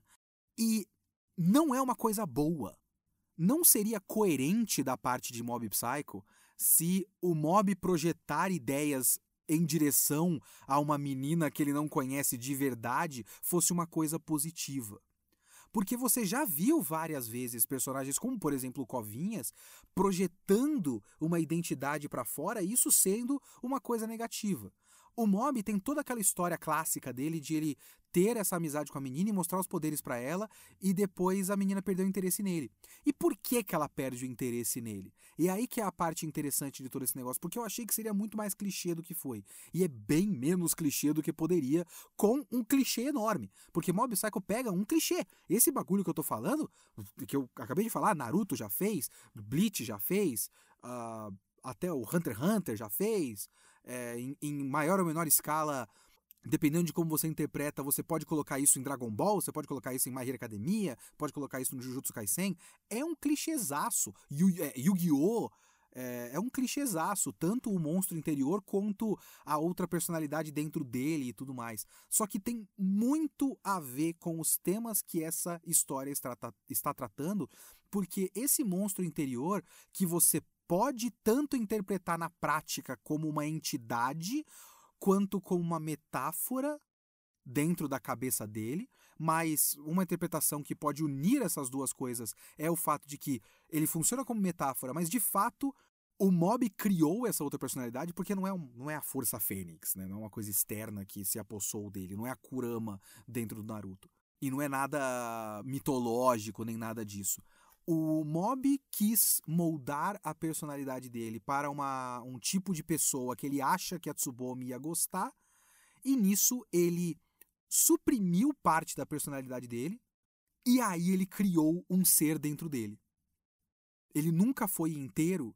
E não é uma coisa boa. Não seria coerente da parte de Mob Psycho se o Mob projetar ideias em direção a uma menina que ele não conhece de verdade fosse uma coisa positiva. Porque você já viu várias vezes personagens como, por exemplo, o Covinhas, projetando uma identidade para fora e isso sendo uma coisa negativa. O Mob tem toda aquela história clássica dele de ele ter essa amizade com a menina e mostrar os poderes pra ela e depois a menina perdeu o interesse nele. E por que que ela perde o interesse nele? E aí que é a parte interessante de todo esse negócio, porque eu achei que seria muito mais clichê do que foi. E é bem menos clichê do que poderia, com um clichê enorme. Porque Mob Psycho pega um clichê. Esse bagulho que eu tô falando, que eu acabei de falar, Naruto já fez, Bleach já fez, uh, até o Hunter x Hunter já fez, é, em, em maior ou menor escala, dependendo de como você interpreta, você pode colocar isso em Dragon Ball, você pode colocar isso em My Hero Academia, pode colocar isso no Jujutsu Kaisen. É um clichêzaço. Yu, é, Yu-Gi-Oh! É, é um clichêzaço, tanto o monstro interior quanto a outra personalidade dentro dele e tudo mais. Só que tem muito a ver com os temas que essa história está, está tratando, porque esse monstro interior que você pode tanto interpretar na prática como uma entidade, quanto como uma metáfora dentro da cabeça dele, mas uma interpretação que pode unir essas duas coisas é o fato de que ele funciona como metáfora, mas de fato o Mob criou essa outra personalidade porque não é, um, não é a Força Fênix, né? Não é uma coisa externa que se apossou dele, não é a Kurama dentro do Naruto. E não é nada mitológico nem nada disso. O Mob quis moldar a personalidade dele para uma, um tipo de pessoa que ele acha que a Tsubomi ia gostar, e nisso ele suprimiu parte da personalidade dele, e aí ele criou um ser dentro dele. Ele nunca foi inteiro,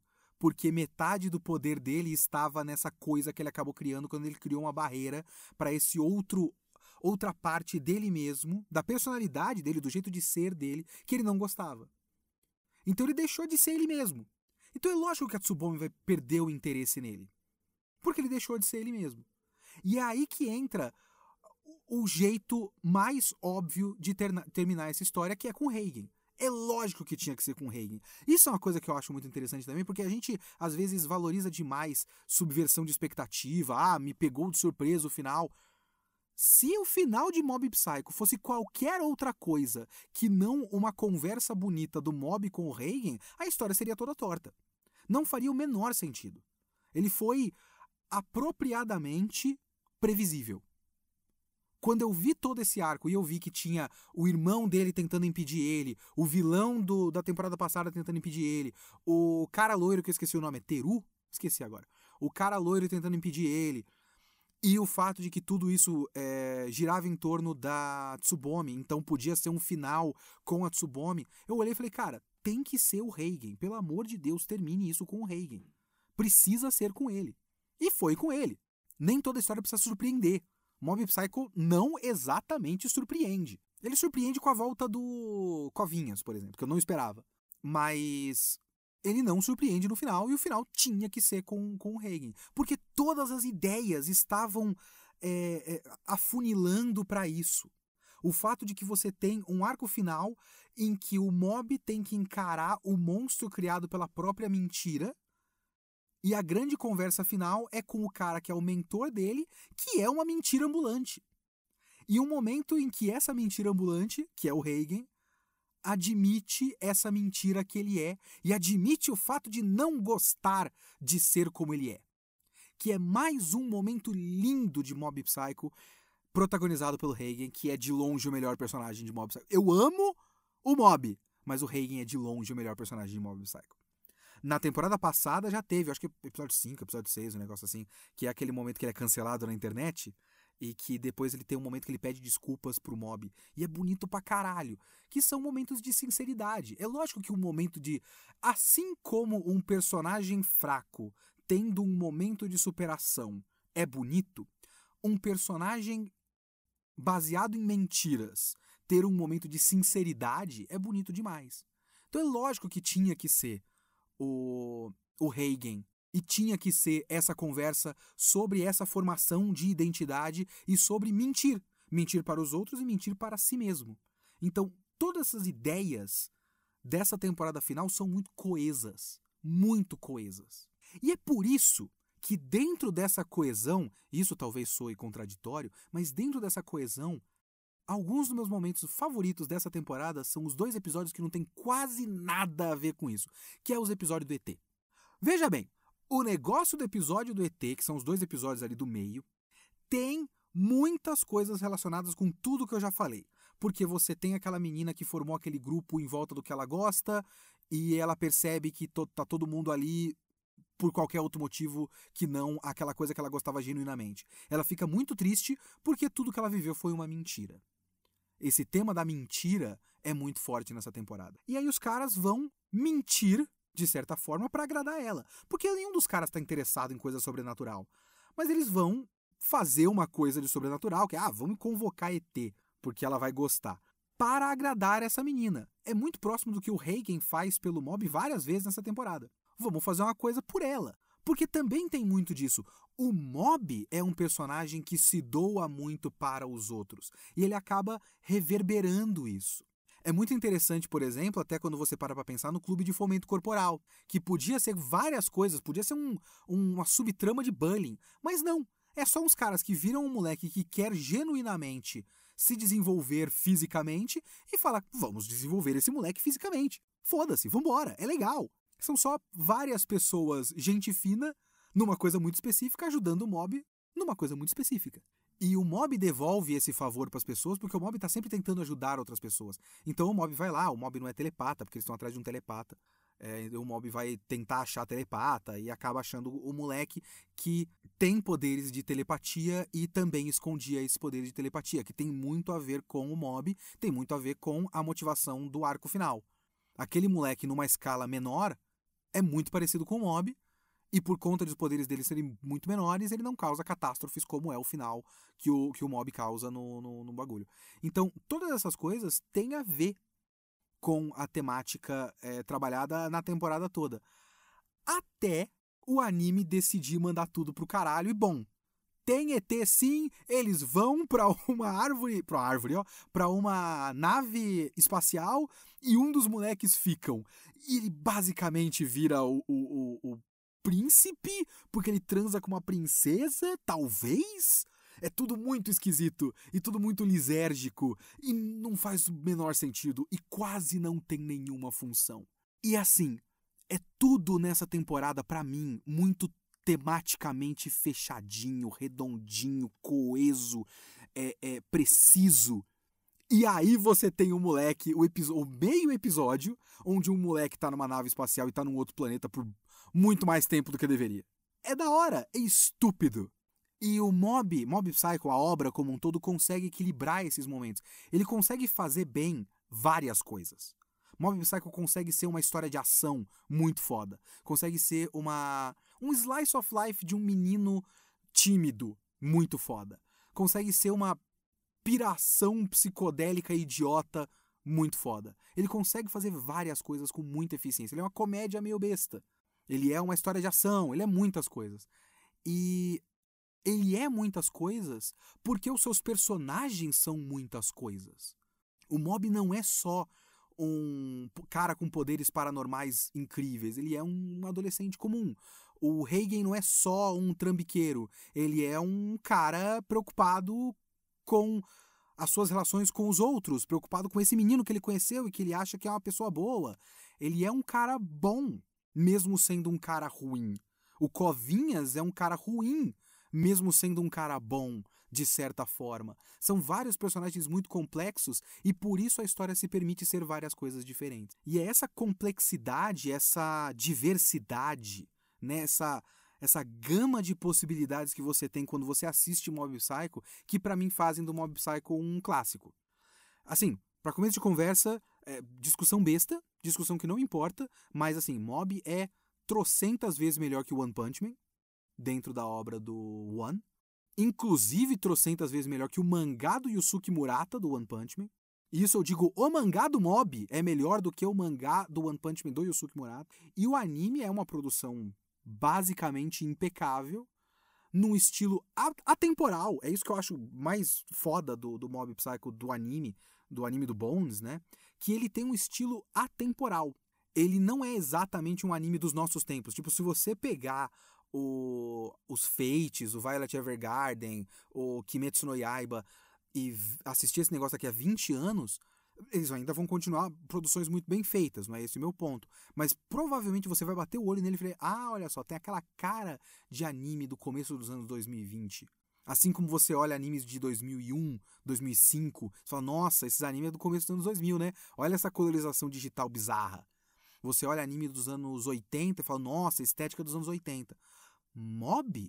porque metade do poder dele estava nessa coisa que ele acabou criando quando ele criou uma barreira para esse outro outra parte dele mesmo, da personalidade dele, do jeito de ser dele, que ele não gostava. Então ele deixou de ser ele mesmo. Então é lógico que a Tsubomi vai perder o interesse nele, porque ele deixou de ser ele mesmo. E é aí que entra o jeito mais óbvio de ter, terminar essa história, que é com o Reigen. É lógico que tinha que ser com o Reigen. Isso é uma coisa que eu acho muito interessante também, porque a gente, às vezes, valoriza demais subversão de expectativa. Ah, me pegou de surpresa o final. Se o final de Mob Psycho fosse qualquer outra coisa que não uma conversa bonita do Mob com o Reigen, a história seria toda torta. Não faria o menor sentido. Ele foi apropriadamente previsível. Quando eu vi todo esse arco e eu vi que tinha o irmão dele tentando impedir ele, o vilão do, da temporada passada tentando impedir ele, o cara loiro, que eu esqueci o nome, é Teru? Esqueci agora. O cara loiro tentando impedir ele, e o fato de que tudo isso é, girava em torno da Tsubomi, então podia ser um final com a Tsubomi, eu olhei e falei, cara, tem que ser o Reigen, pelo amor de Deus, termine isso com o Reigen. Precisa ser com ele. E foi com ele. Nem toda história precisa surpreender. Mob Psycho não exatamente surpreende. Ele surpreende com a volta do Covinhas, por exemplo, que eu não esperava. Mas ele não surpreende no final, e o final tinha que ser com, com o Reigen. Porque todas as ideias estavam é, é, afunilando para isso. O fato de que você tem um arco final em que o Mob tem que encarar o monstro criado pela própria mentira, e a grande conversa final é com o cara que é o mentor dele, que é uma mentira ambulante. E um momento em que essa mentira ambulante, que é o Reigen, admite essa mentira que ele é, e admite o fato de não gostar de ser como ele é. Que é mais um momento lindo de Mob Psycho, protagonizado pelo Reigen, que é de longe o melhor personagem de Mob Psycho. Eu amo o Mob, mas o Reigen é de longe o melhor personagem de Mob Psycho. Na temporada passada já teve, acho que episódio cinco, episódio seis, um negócio assim, que é aquele momento que ele é cancelado na internet e que depois ele tem um momento que ele pede desculpas pro Mob. E é bonito pra caralho. Que são momentos de sinceridade. É lógico que um momento de... Assim como um personagem fraco tendo um momento de superação é bonito, um personagem baseado em mentiras ter um momento de sinceridade é bonito demais. Então é lógico que tinha que ser o, o Reigen, e tinha que ser essa conversa sobre essa formação de identidade e sobre mentir. Mentir para os outros e mentir para si mesmo. Então, todas essas ideias dessa temporada final são muito coesas. Muito coesas. E é por isso que dentro dessa coesão, isso talvez soe contraditório, mas dentro dessa coesão, alguns dos meus momentos favoritos dessa temporada são os dois episódios que não tem quase nada a ver com isso, que é os episódios do E T. Veja bem, o negócio do episódio do E T, que são os dois episódios ali do meio, tem muitas coisas relacionadas com tudo que eu já falei. Porque você tem aquela menina que formou aquele grupo em volta do que ela gosta, e ela percebe que to- tá todo mundo ali por qualquer outro motivo que não aquela coisa que ela gostava genuinamente. Ela fica muito triste porque tudo que ela viveu foi uma mentira. Esse tema da mentira é muito forte nessa temporada. E aí os caras vão mentir, de certa forma, pra agradar ela. Porque nenhum dos caras tá interessado em coisa sobrenatural. Mas eles vão fazer uma coisa de sobrenatural, que é, ah, vamos convocar E T, porque ela vai gostar. Para agradar essa menina. É muito próximo do que o Reigen faz pelo Mob várias vezes nessa temporada. Vamos fazer uma coisa por ela. Porque também tem muito disso. O Mob é um personagem que se doa muito para os outros. E ele acaba reverberando isso. É muito interessante, por exemplo, até quando você para para pensar no clube de fomento corporal. Que podia ser várias coisas, podia ser um, uma subtrama de bullying. Mas não. É só uns caras que viram um moleque que quer genuinamente se desenvolver fisicamente e fala, vamos desenvolver esse moleque fisicamente. Foda-se, vambora, é legal. São só várias pessoas, gente fina, numa coisa muito específica, ajudando o Mob numa coisa muito específica. E o Mob devolve esse favor para as pessoas porque o Mob tá sempre tentando ajudar outras pessoas. Então o Mob vai lá, o Mob não é telepata, porque eles estão atrás de um telepata. É, o Mob vai tentar achar telepata e acaba achando o moleque que tem poderes de telepatia e também escondia esses poderes de telepatia, que tem muito a ver com o Mob, tem muito a ver com a motivação do arco final. Aquele moleque numa escala menor é muito parecido com o Mob, e por conta dos poderes dele serem muito menores, ele não causa catástrofes como é o final que o, que o Mob causa no, no, no bagulho. Então, todas essas coisas têm a ver com a temática é, trabalhada na temporada toda. Até o anime decidir mandar tudo pro caralho, e bom, tem E T sim, eles vão pra uma árvore, pra uma árvore, ó, pra uma nave espacial, e um dos moleques ficam. E ele basicamente vira o, o, o, o príncipe, porque ele transa com uma princesa, talvez? É tudo muito esquisito, e tudo muito lisérgico, e não faz o menor sentido, e quase não tem nenhuma função. E assim, é tudo nessa temporada, pra mim, muito tematicamente fechadinho, redondinho, coeso, é, é, preciso. E aí você tem um moleque, o, o meio episódio, onde um moleque tá numa nave espacial e tá num outro planeta por muito mais tempo do que deveria. É da hora, é estúpido. E o Mob, Mob Psycho, a obra como um todo, consegue equilibrar esses momentos. Ele consegue fazer bem várias coisas. Mob Psycho consegue ser uma história de ação muito foda. Consegue ser uma um slice of life de um menino tímido muito foda. Consegue ser uma piração psicodélica idiota muito foda. Ele consegue fazer várias coisas com muita eficiência. Ele é uma comédia meio besta. Ele é uma história de ação. Ele é muitas coisas. E ele é muitas coisas porque os seus personagens são muitas coisas. O Mob não é só um cara com poderes paranormais incríveis. Ele é um adolescente comum. O Hagen não é só um trambiqueiro. Ele é um cara preocupado com as suas relações com os outros, preocupado com esse menino que ele conheceu e que ele acha que é uma pessoa boa. Ele é um cara bom, mesmo sendo um cara ruim. O Covinhas é um cara ruim, mesmo sendo um cara bom, de certa forma. São vários personagens muito complexos e por isso a história se permite ser várias coisas diferentes. E é essa complexidade, essa diversidade, né, essa, essa gama de possibilidades que você tem quando você assiste Mob Psycho, que pra mim fazem do Mob Psycho um clássico. Assim, pra começo de conversa, é, discussão besta, discussão que não importa, mas assim, Mob é trocentas vezes melhor que One Punch Man, dentro da obra do One. Inclusive trocentas vezes melhor que o mangá do Yusuke Murata, do One Punch Man. E isso eu digo, o mangá do Mob é melhor do que o mangá do One Punch Man do Yusuke Murata. E o anime é uma produção basicamente impecável, num estilo atemporal. É isso que eu acho mais foda do, do Mob Psycho, do anime, do anime do Bones, né? Que ele tem um estilo atemporal. Ele não é exatamente um anime dos nossos tempos. Tipo, se você pegar o, os Fates, o Violet Evergarden, o Kimetsu no Yaiba e assistir esse negócio daqui a vinte anos, eles ainda vão continuar produções muito bem feitas, não é esse o meu ponto. Mas provavelmente você vai bater o olho nele e falar, ah, olha só, tem aquela cara de anime do começo dos anos dois mil e vinte. Assim como você olha animes de dois mil e um, dois mil e cinco, você fala, nossa, esses animes é do começo dos anos dois mil, né? Olha essa colorização digital bizarra. Você olha anime dos anos oitenta e fala, nossa, estética dos anos oitenta. Mob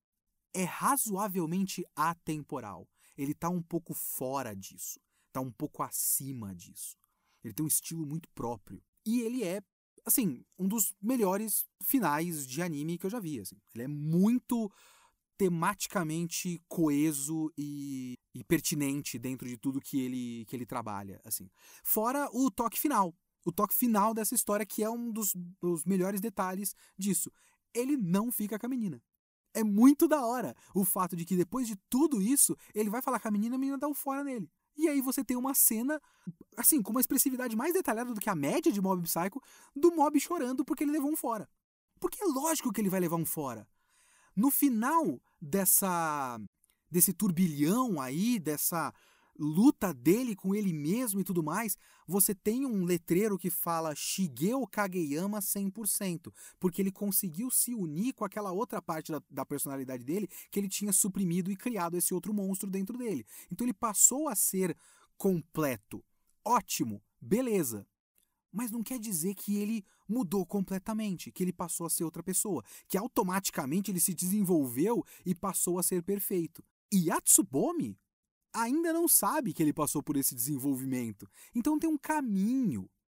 é razoavelmente atemporal. Ele tá um pouco fora disso. Tá um pouco acima disso. Ele tem um estilo muito próprio. E ele é, assim, um dos melhores finais de anime que eu já vi. Assim. Ele é muito tematicamente coeso e, e pertinente dentro de tudo que ele, que ele trabalha. Assim. Fora o toque final. O toque final dessa história, que é um dos, dos melhores detalhes disso. Ele não fica com a menina. É muito da hora o fato de que depois de tudo isso, ele vai falar com a menina e a menina dá um fora nele. E aí você tem uma cena, assim, com uma expressividade mais detalhada do que a média de Mob Psycho, do Mob chorando porque ele levou um fora. Porque é lógico que ele vai levar um fora. No final dessa desse turbilhão aí, dessa luta dele com ele mesmo e tudo mais, você tem um letreiro que fala Shigeo Kageyama cem por cento, porque ele conseguiu se unir com aquela outra parte da, da personalidade dele que ele tinha suprimido e criado esse outro monstro dentro dele. Então ele passou a ser completo. Ótimo, beleza. Mas não quer dizer que ele mudou completamente, que ele passou a ser outra pessoa, que automaticamente ele se desenvolveu e passou a ser perfeito. E Yatsubomi ainda não sabe que ele passou por esse desenvolvimento. Então tem um caminho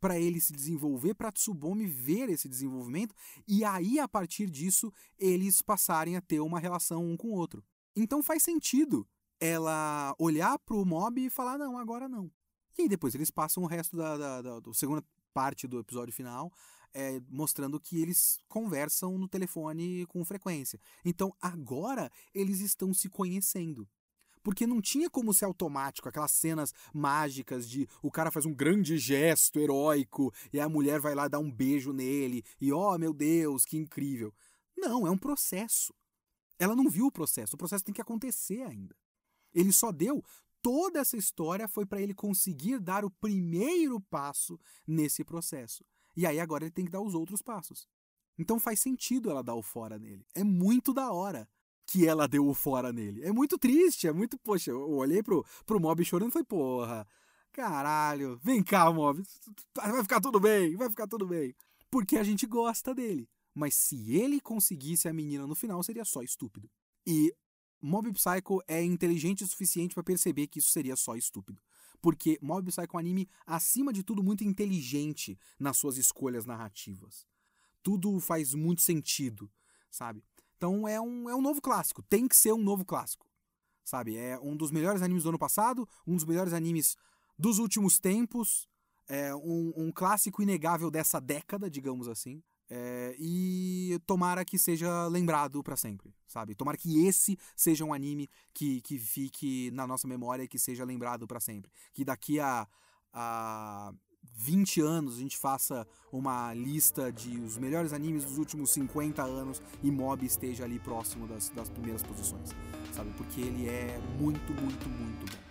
para ele se desenvolver, para Tsubomi ver esse desenvolvimento, e aí, a partir disso, eles passarem a ter uma relação um com o outro. Então faz sentido ela olhar pro Mob e falar, não, agora não. E aí depois eles passam o resto da, da, da, da segunda parte do episódio final, é, mostrando que eles conversam no telefone com frequência. Então agora eles estão se conhecendo. Porque não tinha como ser automático, aquelas cenas mágicas de o cara faz um grande gesto heróico e a mulher vai lá dar um beijo nele e, ó, oh, meu Deus, que incrível. Não, é um processo. Ela não viu o processo, o processo tem que acontecer ainda. Ele só deu, toda essa história foi para ele conseguir dar o primeiro passo nesse processo. E aí agora ele tem que dar os outros passos. Então faz sentido ela dar o fora nele. É muito da hora que ela deu o fora nele. É muito triste, é muito... Poxa, eu olhei pro, pro Mob chorando e falei, porra, caralho, vem cá, Mob, vai ficar tudo bem, vai ficar tudo bem. Porque a gente gosta dele. Mas se ele conseguisse a menina no final, seria só estúpido. E Mob Psycho é inteligente o suficiente para perceber que isso seria só estúpido. Porque Mob Psycho é um anime, acima de tudo, muito inteligente nas suas escolhas narrativas. Tudo faz muito sentido, sabe? Então é um, é um novo clássico, tem que ser um novo clássico, sabe? É um dos melhores animes do ano passado, um dos melhores animes dos últimos tempos, é um, um clássico inegável dessa década, digamos assim, é, e tomara que seja lembrado pra sempre, sabe? Tomara que esse seja um anime que, que fique na nossa memória e que seja lembrado pra sempre. Que daqui a... a vinte anos a gente faça uma lista de os melhores animes dos últimos cinquenta anos e Mob esteja ali próximo das, das primeiras posições, sabe? Porque ele é muito, muito, muito bom.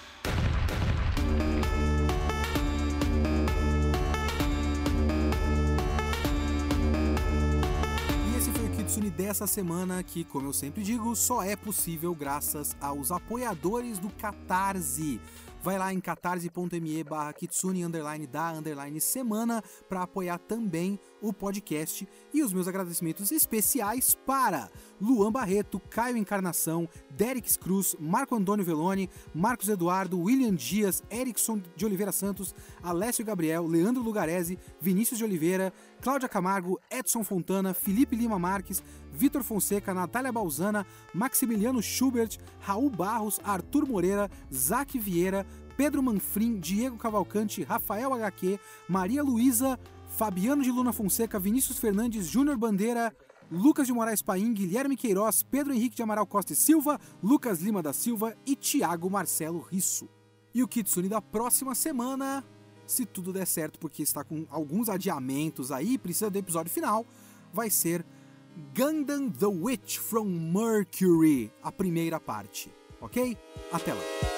E esse foi o Kitsune dessa semana que, como eu sempre digo, só é possível graças aos apoiadores do Catarse. Vai lá em catarse.me barra kitsune underline da underline semana para apoiar também o podcast. E os meus agradecimentos especiais para Luan Barreto, Caio Encarnação, Derix Cruz, Marco Antônio Veloni, Marcos Eduardo, William Dias, Erickson de Oliveira Santos, Alessio Gabriel, Leandro Lugarese, Vinícius de Oliveira, Cláudia Camargo, Edson Fontana, Felipe Lima Marques, Vitor Fonseca, Natália Balzana, Maximiliano Schubert, Raul Barros, Arthur Moreira, Zac Vieira, Pedro Manfrim, Diego Cavalcante, Rafael H Q, Maria Luísa, Fabiano de Luna Fonseca, Vinícius Fernandes, Júnior Bandeira, Lucas de Moraes Paim, Guilherme Queiroz, Pedro Henrique de Amaral Costa e Silva, Lucas Lima da Silva e Thiago Marcelo Risso. E o Kitsune da próxima semana, se tudo der certo, porque está com alguns adiamentos aí, precisa do episódio final, vai ser Gundam The Witch from Mercury, a primeira parte, ok? Até lá!